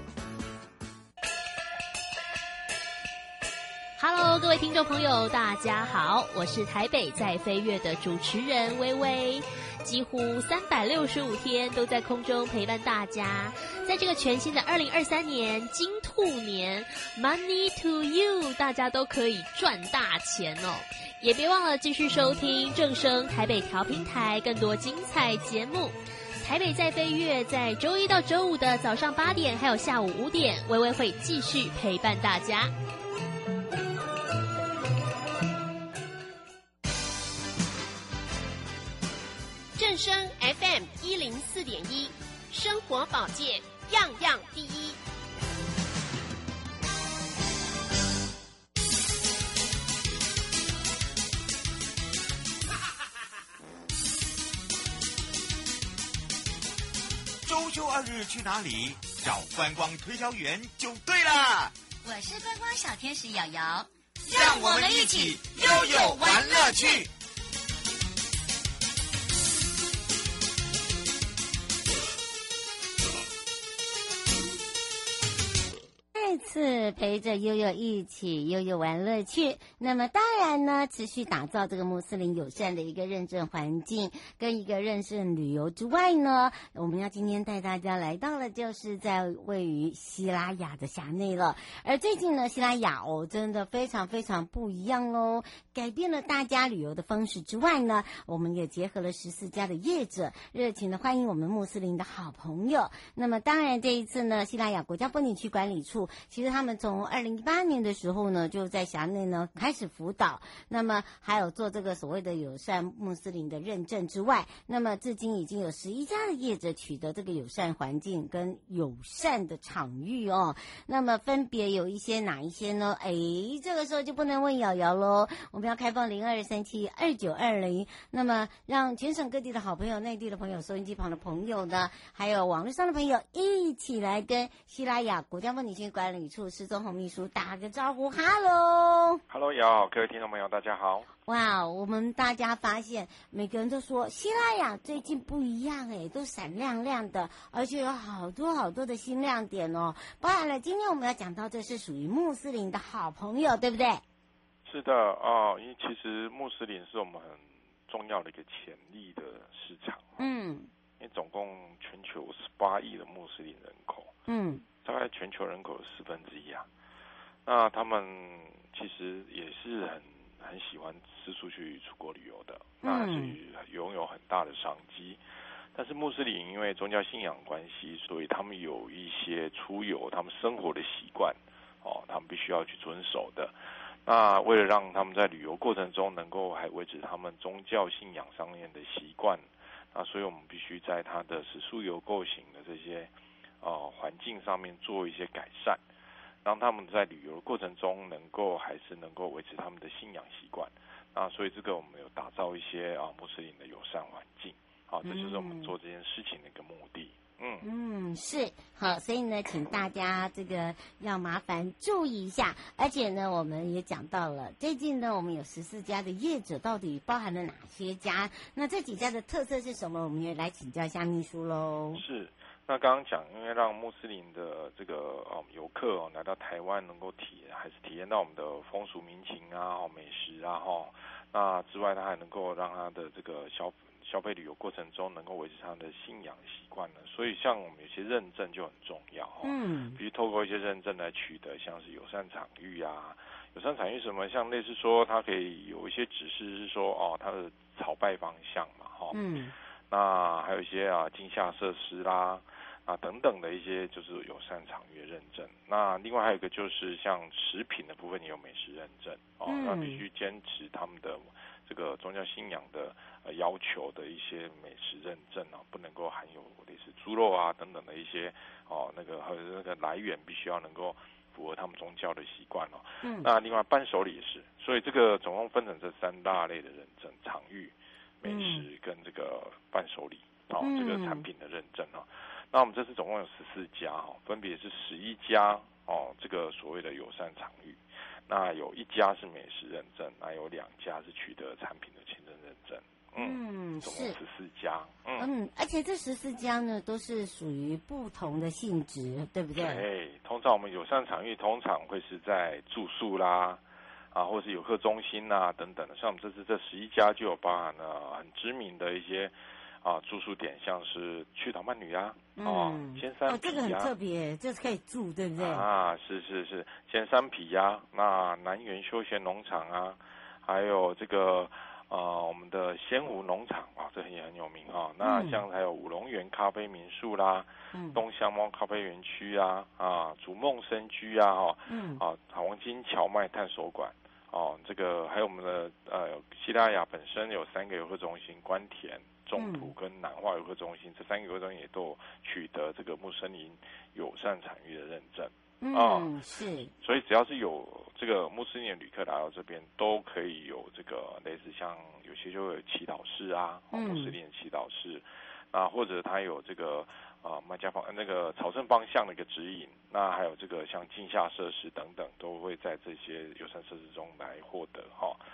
Hello， 各位听众朋友，大家好，我是台北在飞跃的主持人微微，几乎三百六十五天都在空中陪伴大家。在这个全新的二零二三年金兔年 ，Money to you， 大家都可以赚大钱哦！也别忘了继续收听正声台北调频台更多精彩节目。台北在飞跃，在周一到周五的早上八点，还有下午五点，微微会继续陪伴大家。正声 F M 一零四点一，生活保健样样第一。 周休二日去哪里？找观光推销员就对啦。 我是观光小天使瑶瑶， 让我们一起悠悠玩乐趣。 再次是陪着悠悠一起悠悠玩乐趣。那么当然呢，持续打造这个穆斯林友善的一个认证环境跟一个认证旅游之外呢，我们要今天带大家来到了就是在位于西拉雅的辖内了。而最近呢，西拉雅哦真的非常非常不一样哦，改变了大家旅游的方式之外呢，我们也结合了十四家的业者，热情的欢迎我们穆斯林的好朋友。那么当然这一次呢，西拉雅国家风景区管理处其实他们从二零一八年的时候呢，就在辖内呢开始辅导，那么还有做这个所谓的友善穆斯林的认证之外，那么至今已经有十一家的业者取得这个友善环境跟友善的场域哦。那么分别有一些哪一些呢？哎，这个时候就不能问瑶瑶喽，我们要开放零二三七二九二零，那么让全省各地的好朋友、内地的朋友、收音机旁的朋友呢，还有网络上的朋友一起来跟西拉雅国家风景区管理处施宗宏秘书打个招呼。哈喽， 哈喽，瑶，各位听众朋友，大家好。 哇，我们大家发现每个人都说西拉雅最近不一样哎，都闪亮亮的，而且有好多好多的新亮点哦。包含了今天我们要讲到这是属于穆斯林的好朋友，对不对？ 是的啊、哦，因为其实穆斯林是我们很重要的一个潜力的市场。嗯，因为总共全球十八亿的穆斯林人口，嗯，大概全球人口的四分之一啊。那他们其实也是很。很喜欢四处去出国旅游的，那是拥有很大的商机。但是穆斯林因为宗教信仰关系，所以他们有一些出游他们生活的习惯，哦，他们必须要去遵守的。那为了让他们在旅游过程中能够还维持他们宗教信仰上面的习惯，那所以我们必须在他的食宿游构型的这些呃环境上面做一些改善。让他们在旅游的过程中能够还是能够维持他们的信仰习惯，啊，所以这个我们有打造一些啊穆斯林的友善环境，好、啊，这就是我们做这件事情的一个目的。嗯嗯，是好，所以呢，请大家这个要麻烦注意一下，而且呢，我们也讲到了最近呢，我们有十四家的业者，到底包含了哪些家？那这几家的特色是什么？我们也来请教一下秘书喽。 是。那刚刚讲，因为让穆斯林的这个呃游客哦来到台湾，能够体还是体验到我们的风俗民情啊、哦美食啊哈、哦，那之外，他还能够让他的这个消消费旅游过程中能够维持他的信仰习惯呢。所以，像我们有些认证就很重要哈、哦，嗯，比如透过一些认证来取得，像是友善场域啊，友善场域什么，像类似说，它可以有一些指示是说哦，它的朝拜方向嘛哈、哦，嗯，那还有一些啊惊吓设施啦。啊，等等的一些就是友善场域的认证。那另外还有一个就是像食品的部分也有美食认证哦，那、嗯、必须坚持他们的这个宗教信仰的呃要求的一些美食认证啊，不能够含有类似猪肉啊等等的一些哦那个还有那个来源必须要能够符合他们宗教的习惯哦。嗯，那另外伴手礼也是，所以这个总共分成这三大类的认证：场域、美食跟这个伴手礼哦、嗯，这个产品的认证啊。那我们这次总共有十四家哈，分别是十一家哦，这个所谓的友善场域，那有一家是美食认证，那有两家是取得产品的签证认证，嗯，总共十四家，嗯嗯，而且这十四家呢都是属于不同的性质，对不对？ 对，通常我们友善场域通常会是在住宿啦，啊，或是游客中心啦等等的，像我们这次这十一家就有包含了很知名的一些。啊，住宿点像是去岛曼女啊，哦，尖山皮啊， 哦，这个很特别，这是可以住，对不对？ 啊，是是是，尖山皮呀，那南园休闲农场啊，还有这个呃我们的仙湖农场啊，这也很有名啊。那像还有五龙园咖啡民宿啦，嗯，东香猫咖啡园区啊，啊，逐梦深居啊，哈，嗯，啊，黄金荞麦探索馆。哦，这个还有我们的呃西拉雅本身有三个游客中心，关田、中埔跟南化游客中心，嗯、这三个游客中心也都有取得这个穆斯林友善产业的认证。 嗯，哦、是。 所以只要是有这个穆斯林的旅客来到这边，都可以有这个类似像有些就有祈祷室啊，哦、穆斯林的祈祷室，啊或者他有这个。啊，卖家方那个朝圣方向的一个指引，那还有这个像镜下设施等等，都会在这些友善设施中来获得哈。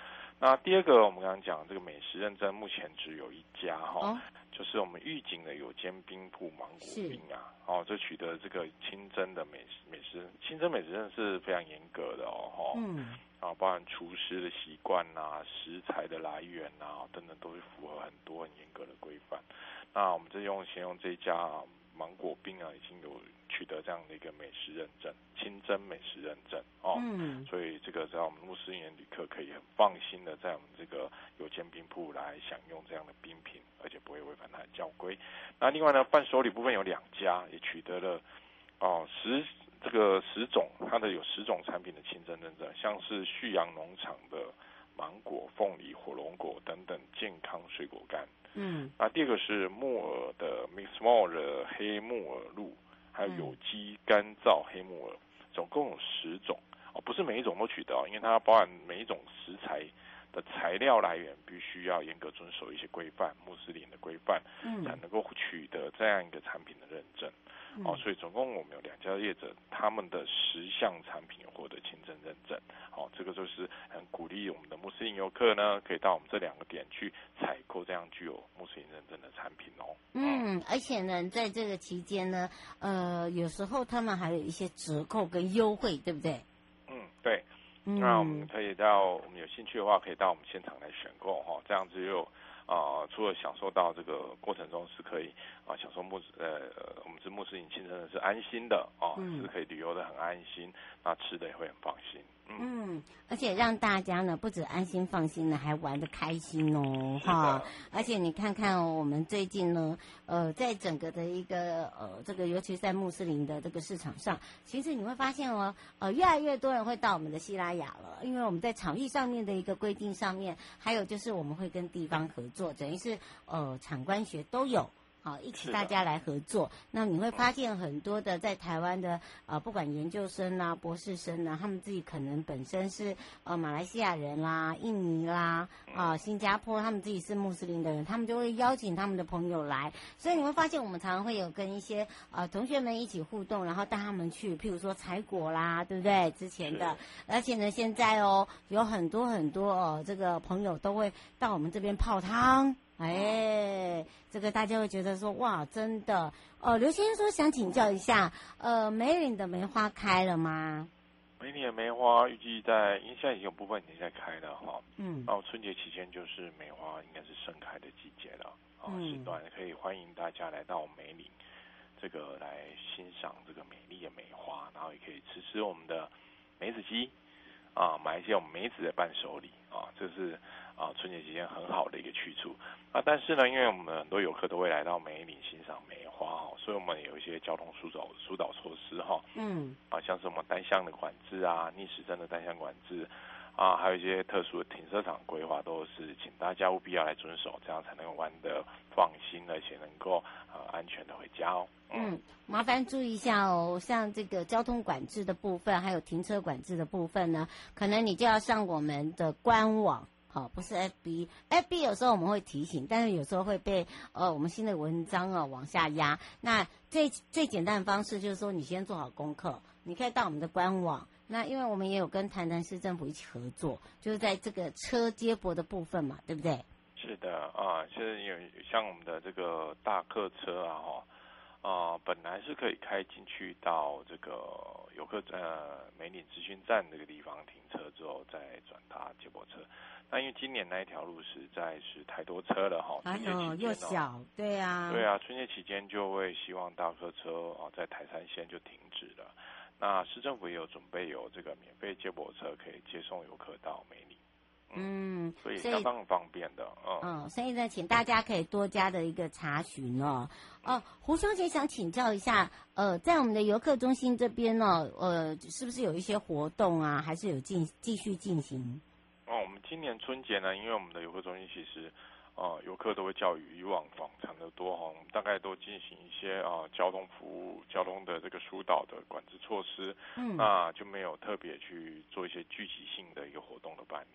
那第二个，我们刚刚讲这个美食认证，目前只有一家哈、哦，就是我们玉井的有间冰铺芒果冰啊，哦，这取得这个清真的美食美食清真美食认是非常严格的哦，哈、嗯，啊，包含厨师的习惯呐、食材的来源呐、等等，都是符合很多很严格的规范。那我们这用先用这一家、啊、芒果冰啊，已经有取得这样的一个美食认证，清真美食认证哦，嗯，所以这个在我们穆斯林旅客可以很放心的在我们这个有间冰铺来享用这样的冰品，而且不会违反它的教规。那另外呢，伴手礼部分有两家也取得了哦十这个十种，它的有十种产品的清真认证，像是旭阳农场的芒果、凤梨、火龙果等等健康水果干。嗯，那第二个是木耳的 Mix More 的黑木耳露，还有有机干燥黑木耳，总共有十种哦，不是每一种都取得哦，因为它包含每一种食材的材料来源必须要严格遵守一些规范，穆斯林的规范，嗯，才能够取得这样一个产品的认证。嗯、哦，所以总共我们有两家业者，他们的十项产品获得清真认证。哦，这个就是很鼓励我们的穆斯林游客呢，可以到我们这两个点去采购这样具有穆斯林认证的产品哦。 嗯，而且呢，在这个期间呢，呃，有时候他们还有一些折扣跟优惠，对不对？ 嗯，对。嗯、那我们可以到我们有兴趣的话，可以到我们现场来选购哈、哦，这样子又。啊、呃，除了享受到这个过程中是可以啊、呃、享受穆呃我们是穆斯林清真的是安心的哦、嗯，是可以旅游的很安心，那吃的也会很放心。嗯， 嗯而且让大家呢不止安心放心呢，还玩得开心哦，哈！而且你看看哦，我们最近呢，呃，在整个的一个呃这个，尤其在穆斯林的这个市场上，其实你会发现哦，呃，越来越多人会到我们的西拉雅了，因为我们在场域上面的一个规定上面，还有就是我们会跟地方合作，等于是呃产官学都有。好，一起大家来合作。那你会发现很多的在台湾的呃，不管研究生啊、博士生啊，他们自己可能本身是呃马来西亚人啦、印尼啦、啊、呃、新加坡，他们自己是穆斯林的人，他们就会邀请他们的朋友来。所以你会发现，我们常常会有跟一些呃同学们一起互动，然后带他们去，譬如说采果啦，对不对？之前的，而且呢，现在哦，有很多很多哦，这个朋友都会到我们这边泡汤。哎，这个大家会觉得说哇，真的哦。刘先生说想请教一下，呃，梅岭的梅花开了吗？ 梅岭的梅花预计在，因为现在已经有部分已经在开了哈。嗯。然后春节期间就是梅花应该是盛开的季节了，啊、嗯，时段可以欢迎大家来到梅岭，这个来欣赏这个美丽的梅花，然后也可以吃吃我们的梅子鸡，啊，买一些我们梅子的伴手礼啊，这是。啊，春节期间很好的一个去处啊，但是呢，因为我们很多游客都会来到梅岭欣赏梅花哈，所以我们有一些交通疏导疏导措施哈，嗯，啊，像是我们单向的管制啊，逆时针的单向管制啊，还有一些特殊的停车场规划，都是请大家务必要来遵守，这样才能够玩得放心，而且能够呃安全的回家哦。 嗯，麻烦注意一下哦，像这个交通管制的部分，还有停车管制的部分呢，可能你就要上我们的官网。好，不是 F B，F B 有时候我们会提醒，但是有时候会被呃我们新的文章啊往下压。那最最简单的方式就是说，你先做好功课，你可以到我们的官网。那因为我们也有跟台南市政府一起合作，就是在这个车接驳的部分嘛，对不对？ 是的啊，现在有像我们的这个大客车啊，哈。啊、呃，本来是可以开进去到这个游客呃梅岭资讯站这个地方停车之后，再转搭接驳车。那因为今年那一条路实在是太多车了哈， 哎呦，又小，对啊， 对啊，春节期间就会希望大客车哦在台山线就停止了。那市政府也有准备有这个免费接驳车可以接送游客到梅岭。嗯，所以相当方便的，嗯， 嗯，所以呢，请大家可以多加的一个查询哦。哦，胡小姐想请教一下，呃，在我们的游客中心这边呢，呃，是不是有一些活动啊，还是有进继续进行？ 哦，我们今年春节呢，因为我们的游客中心其实，呃，游客都会较以以往往常的多哈，我们大概都进行一些啊、呃、交通服务、交通的这个疏导的管制措施，嗯，那就没有特别去做一些聚集性的一个活动的办理。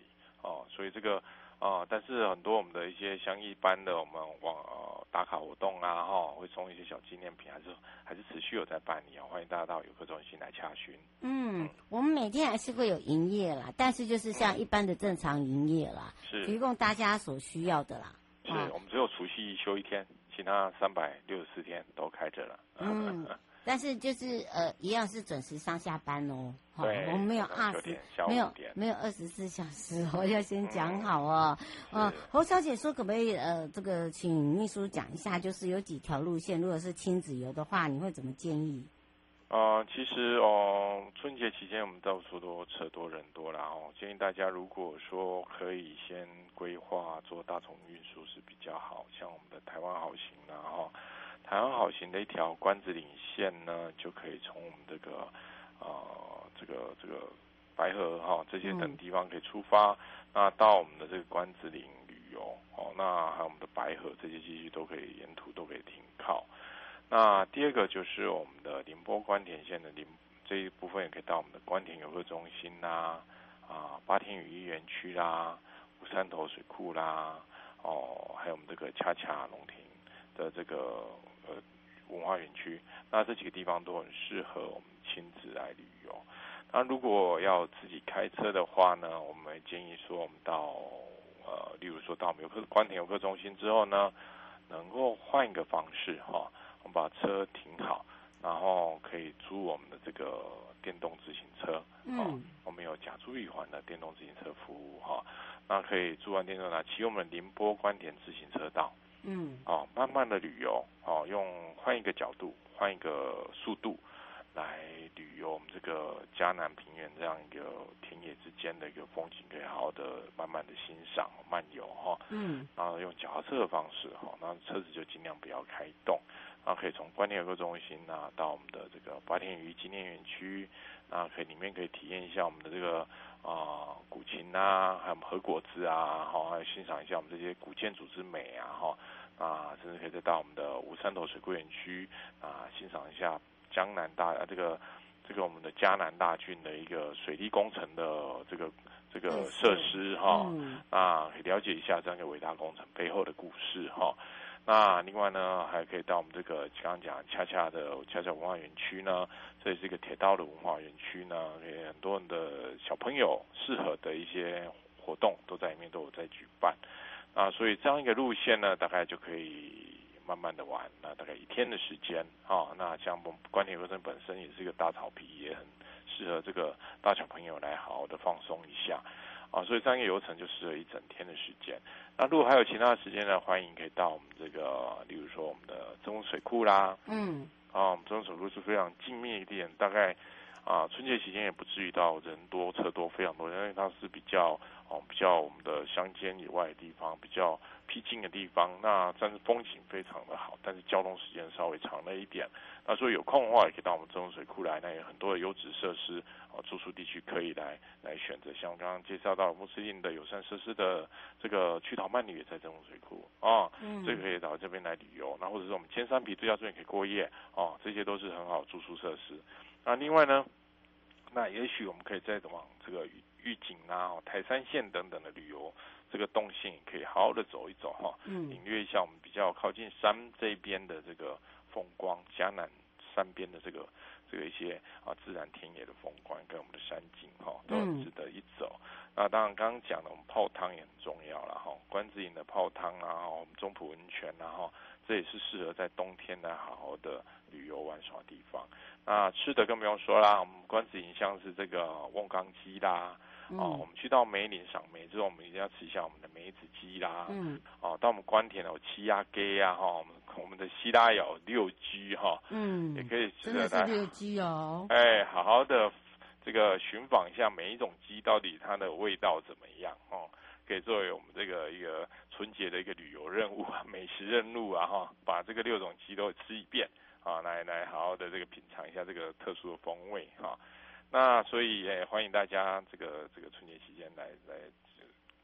哦，所以这个啊、呃，但是很多我们的一些像一般的我们网、呃、打卡活动啊，哈、哦，会送一些小纪念品，还是还是持续有在办理啊、哦，欢迎大家到游客中心来洽询。 嗯，嗯我们每天还是会有营业啦，但是就是像一般的正常营业啦， 是提供大家所需要的啦。 是、哦、我们只有除夕休一天，其他三百六十四天都开着了。 嗯。但是就是呃，一样是准时上下班哦。 对， 我们没有二十，没有没有二十四小时哦，要先讲好哦。嗯、呃，侯小姐说，可不可以呃，这个请秘书讲一下，就是有几条路线，如果是亲子游的话，你会怎么建议？ 呃，其实哦、呃，春节期间我们到处都车多人多啦哦，建议大家如果说可以先规划做大众运输是比较好，像我们的台湾好行啦哈。台湾好行的一条关子岭线呢，就可以从我们这个呃这个这个白河哈、哦、这些等地方可以出发，嗯、那到我们的这个关子岭旅游哦，那还有我们的白河这些地区都可以沿途都可以停靠。那第二个就是我们的宁波关田线的宁这一部分也可以到我们的关田游客中心啦，啊八田雨衣园区啦，五山头水库啦，哦还有我们这个恰恰龙亭的这个呃文化园区，那这几个地方都很适合我们亲子来旅游。那如果要自己开车的话呢，我们建议说我们到呃，例如说到我们游客关田游客中心之后呢，能够换一个方式哈、哦，我们把车停好，然后可以租我们的这个电动自行车，嗯、哦，我们有假租一环的电动自行车服务哈、哦，那可以租完电动车骑我们宁波关田自行车道。嗯，哦，慢慢的旅游，哦，用换一个角度，换一个速度来旅游我们这个嘉南平原这样一个田野之间的一个风景，可以好好的慢慢的欣赏漫游哈、哦。嗯，然后用脚踏车的方式哈，那、哦、车子就尽量不要开动，然后可以从关田游客中心啊到我们的这个八田鱼纪念园区，那可以里面可以体验一下我们的这个啊、呃、古琴啊，还有和果子啊，哈、哦，还有欣赏一下我们这些古建筑之美啊，哈、哦。啊，甚至可以再到我们的五山头水库园区啊，欣赏一下江南大啊这个这个我们的嘉南大郡的一个水利工程的这个这个设施哈，嗯、啊，可以了解一下这样一个伟大工程背后的故事哈。那另外呢，还可以到我们这个刚刚讲恰恰的恰恰文化园区呢，这也是一个铁道的文化园区呢，给很多人的小朋友适合的一些活动都在里面都有在举办。啊，所以这样一个路线呢，大概就可以慢慢的玩，那大概一天的时间啊。那像我们关田游客本身也是一个大草皮，也很适合这个大小朋友来好好的放松一下啊。所以这样一个游程就适合一整天的时间。那如果还有其他的时间呢，欢迎可以到我们这个，例如说我们的曾文水库啦，嗯，啊，我们曾文水库是非常静谧一点，大概啊春节期间也不至于到人多车多非常多，因为它是比较。哦，比较我们的乡间以外的地方，比较僻静的地方，那但是风景非常的好，但是交通时间稍微长了一点。那所以有空的话，也可以到我们曾文水库来，那有很多的优质设施，哦，住宿地区可以来来选择。像刚刚介绍到穆斯林的友善设施的这个曲岛慢旅也在曾文水库啊，嗯，这个可以到这边来旅游。那或者是我们千山皮度假村也可以过夜，哦，这些都是很好的住宿设施。那另外呢，那也许我们可以再往这个玉井啊、台山线等等的旅游，这个动线也可以好好的走一走哈，嗯，领略一下我们比较靠近山这边的这个风光，嘉南山边的这个这个一些啊自然田野的风光跟我们的山景哈，都很值得一走。嗯、那当然刚刚讲的我们泡汤也很重要了哈，关子岭的泡汤啊，我们中埔温泉啊哈，这也是适合在冬天来好好的旅游玩耍的地方。那吃的更不用说啦，我们关子岭像是这个瓮缸鸡啦。嗯、哦，我们去到梅林赏梅之后，我们一定要吃一下我们的梅子鸡啦。嗯。哦，到我们关田有七鸭鸡啊，哈，我们我们的希拉有六居哈。嗯。也可以真的是六居哦。 哎，好好的这个寻访一下每一种鸡到底它的味道怎么样哦，可以作为我们这个一个春节的一个旅游任务啊，美食任务啊哈，把这个六种鸡都吃一遍啊，来来好好的这个品尝一下这个特殊的风味哈。那所以也欢迎大家这个这个春节期间来来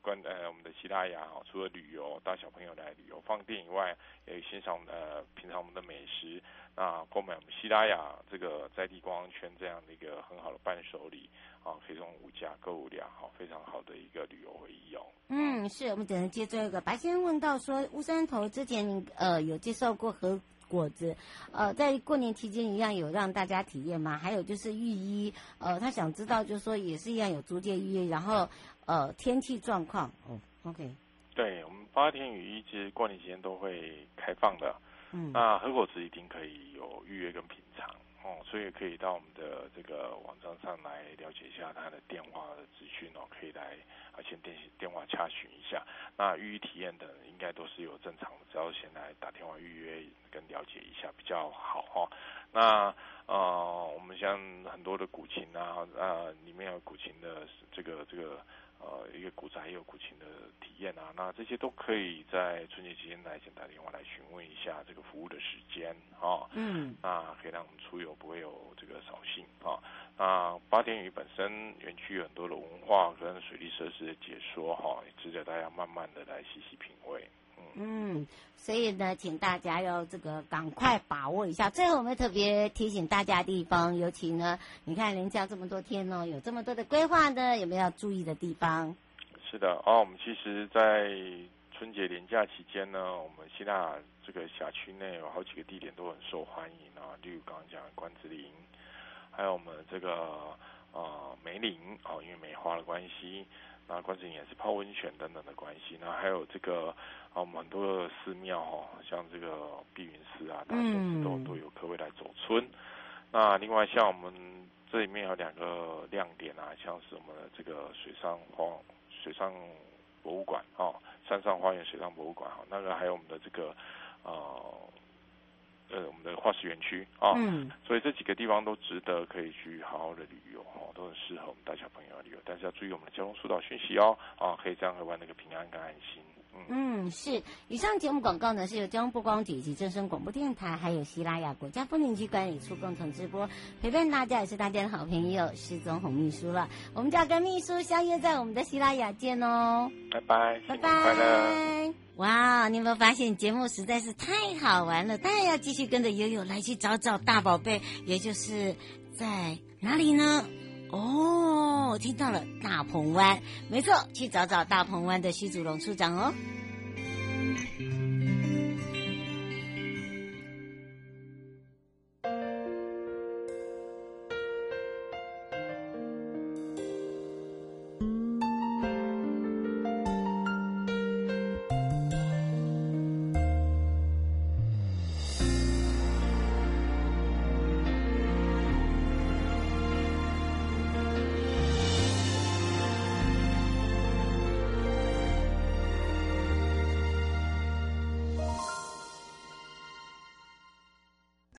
关呃我们的西拉雅哈，除了旅游带小朋友来旅游放电以外，也欣赏呃品尝我们的美食，那购买我们西拉雅这个在地观光圈这样的一个很好的伴手礼啊，可以用无价购物量哈，非常好的一个旅游回忆哦。 嗯，是我们只能接最后一个白先生问到说，乌山头之前您呃有介绍过和果子，呃，在过年期间一样有让大家体验吗？还有就是浴衣，呃，他想知道就是说也是一样有租借浴衣，然后呃天气状况哦 ，OK。 对，我们八天雨衣其实过年期间都会开放的，嗯，那和果子一定可以有预约跟品尝哦，所以可以到我们的这个网站上来了解一下它的电话的资讯哦，可以来啊先电电话洽询一下。那预约体验的应该都是有正常的，只要先来打电话预约跟了解一下比较好哦。那呃，我们像很多的古琴啊，呃，里面有古琴的这个这个。呃，一个古宅也有古琴的体验啊，那这些都可以在春节期间来先打电话来询问一下这个服务的时间啊，嗯，那可以让我们出游不会有这个扫兴啊。那八天屿本身园区有很多的文化跟水利设施的解说哈，也值得大家慢慢的来细细品味。 嗯，所以呢，请大家要这个赶快把握一下。最后，我们特别提醒大家的地方，尤其呢，你看连假这么多天哦，有这么多的规划呢，有没有要注意的地方？ 是的，哦，我们其实，在春节连假期间呢，我们希腊这个辖区内有好几个地点都很受欢迎啊，例如刚刚讲的关子岭，还有我们这个呃梅林哦，因为梅花的关系。那关子岭也是泡温泉等等的关系，那还有这个啊，我们很多的寺庙哈，像这个碧云寺啊，大家都都有可以来走春。那另外像我们这里面有两个亮点啊，像是我们的这个水上花水上博物馆啊，山上花园水上博物馆哈，那个还有我们的这个呃呃我们的化石园区啊，嗯，所以这几个地方都值得可以去好好的旅游哈，都很适合我们带小朋友旅游，但是要注意我们的交通疏导讯息哦，啊，可以这样会玩那个平安跟安心。 嗯，是。以上节目广告呢是由交通部观光局以及正声广播电台还有西拉雅国家风景区管理处共同直播，陪伴大家也是大家的好朋友施宗弘秘书了。我们就要跟秘书相约在我们的西拉雅见哦， 拜拜， 拜拜， 快乐。 哇，你有没有发现节目实在是太好玩了？当然要继续跟着悠悠来去找找大宝贝，也就是在哪里呢？哦，听到了大鹏湾，没错，去找找大鹏湾的徐祖龙处长哦。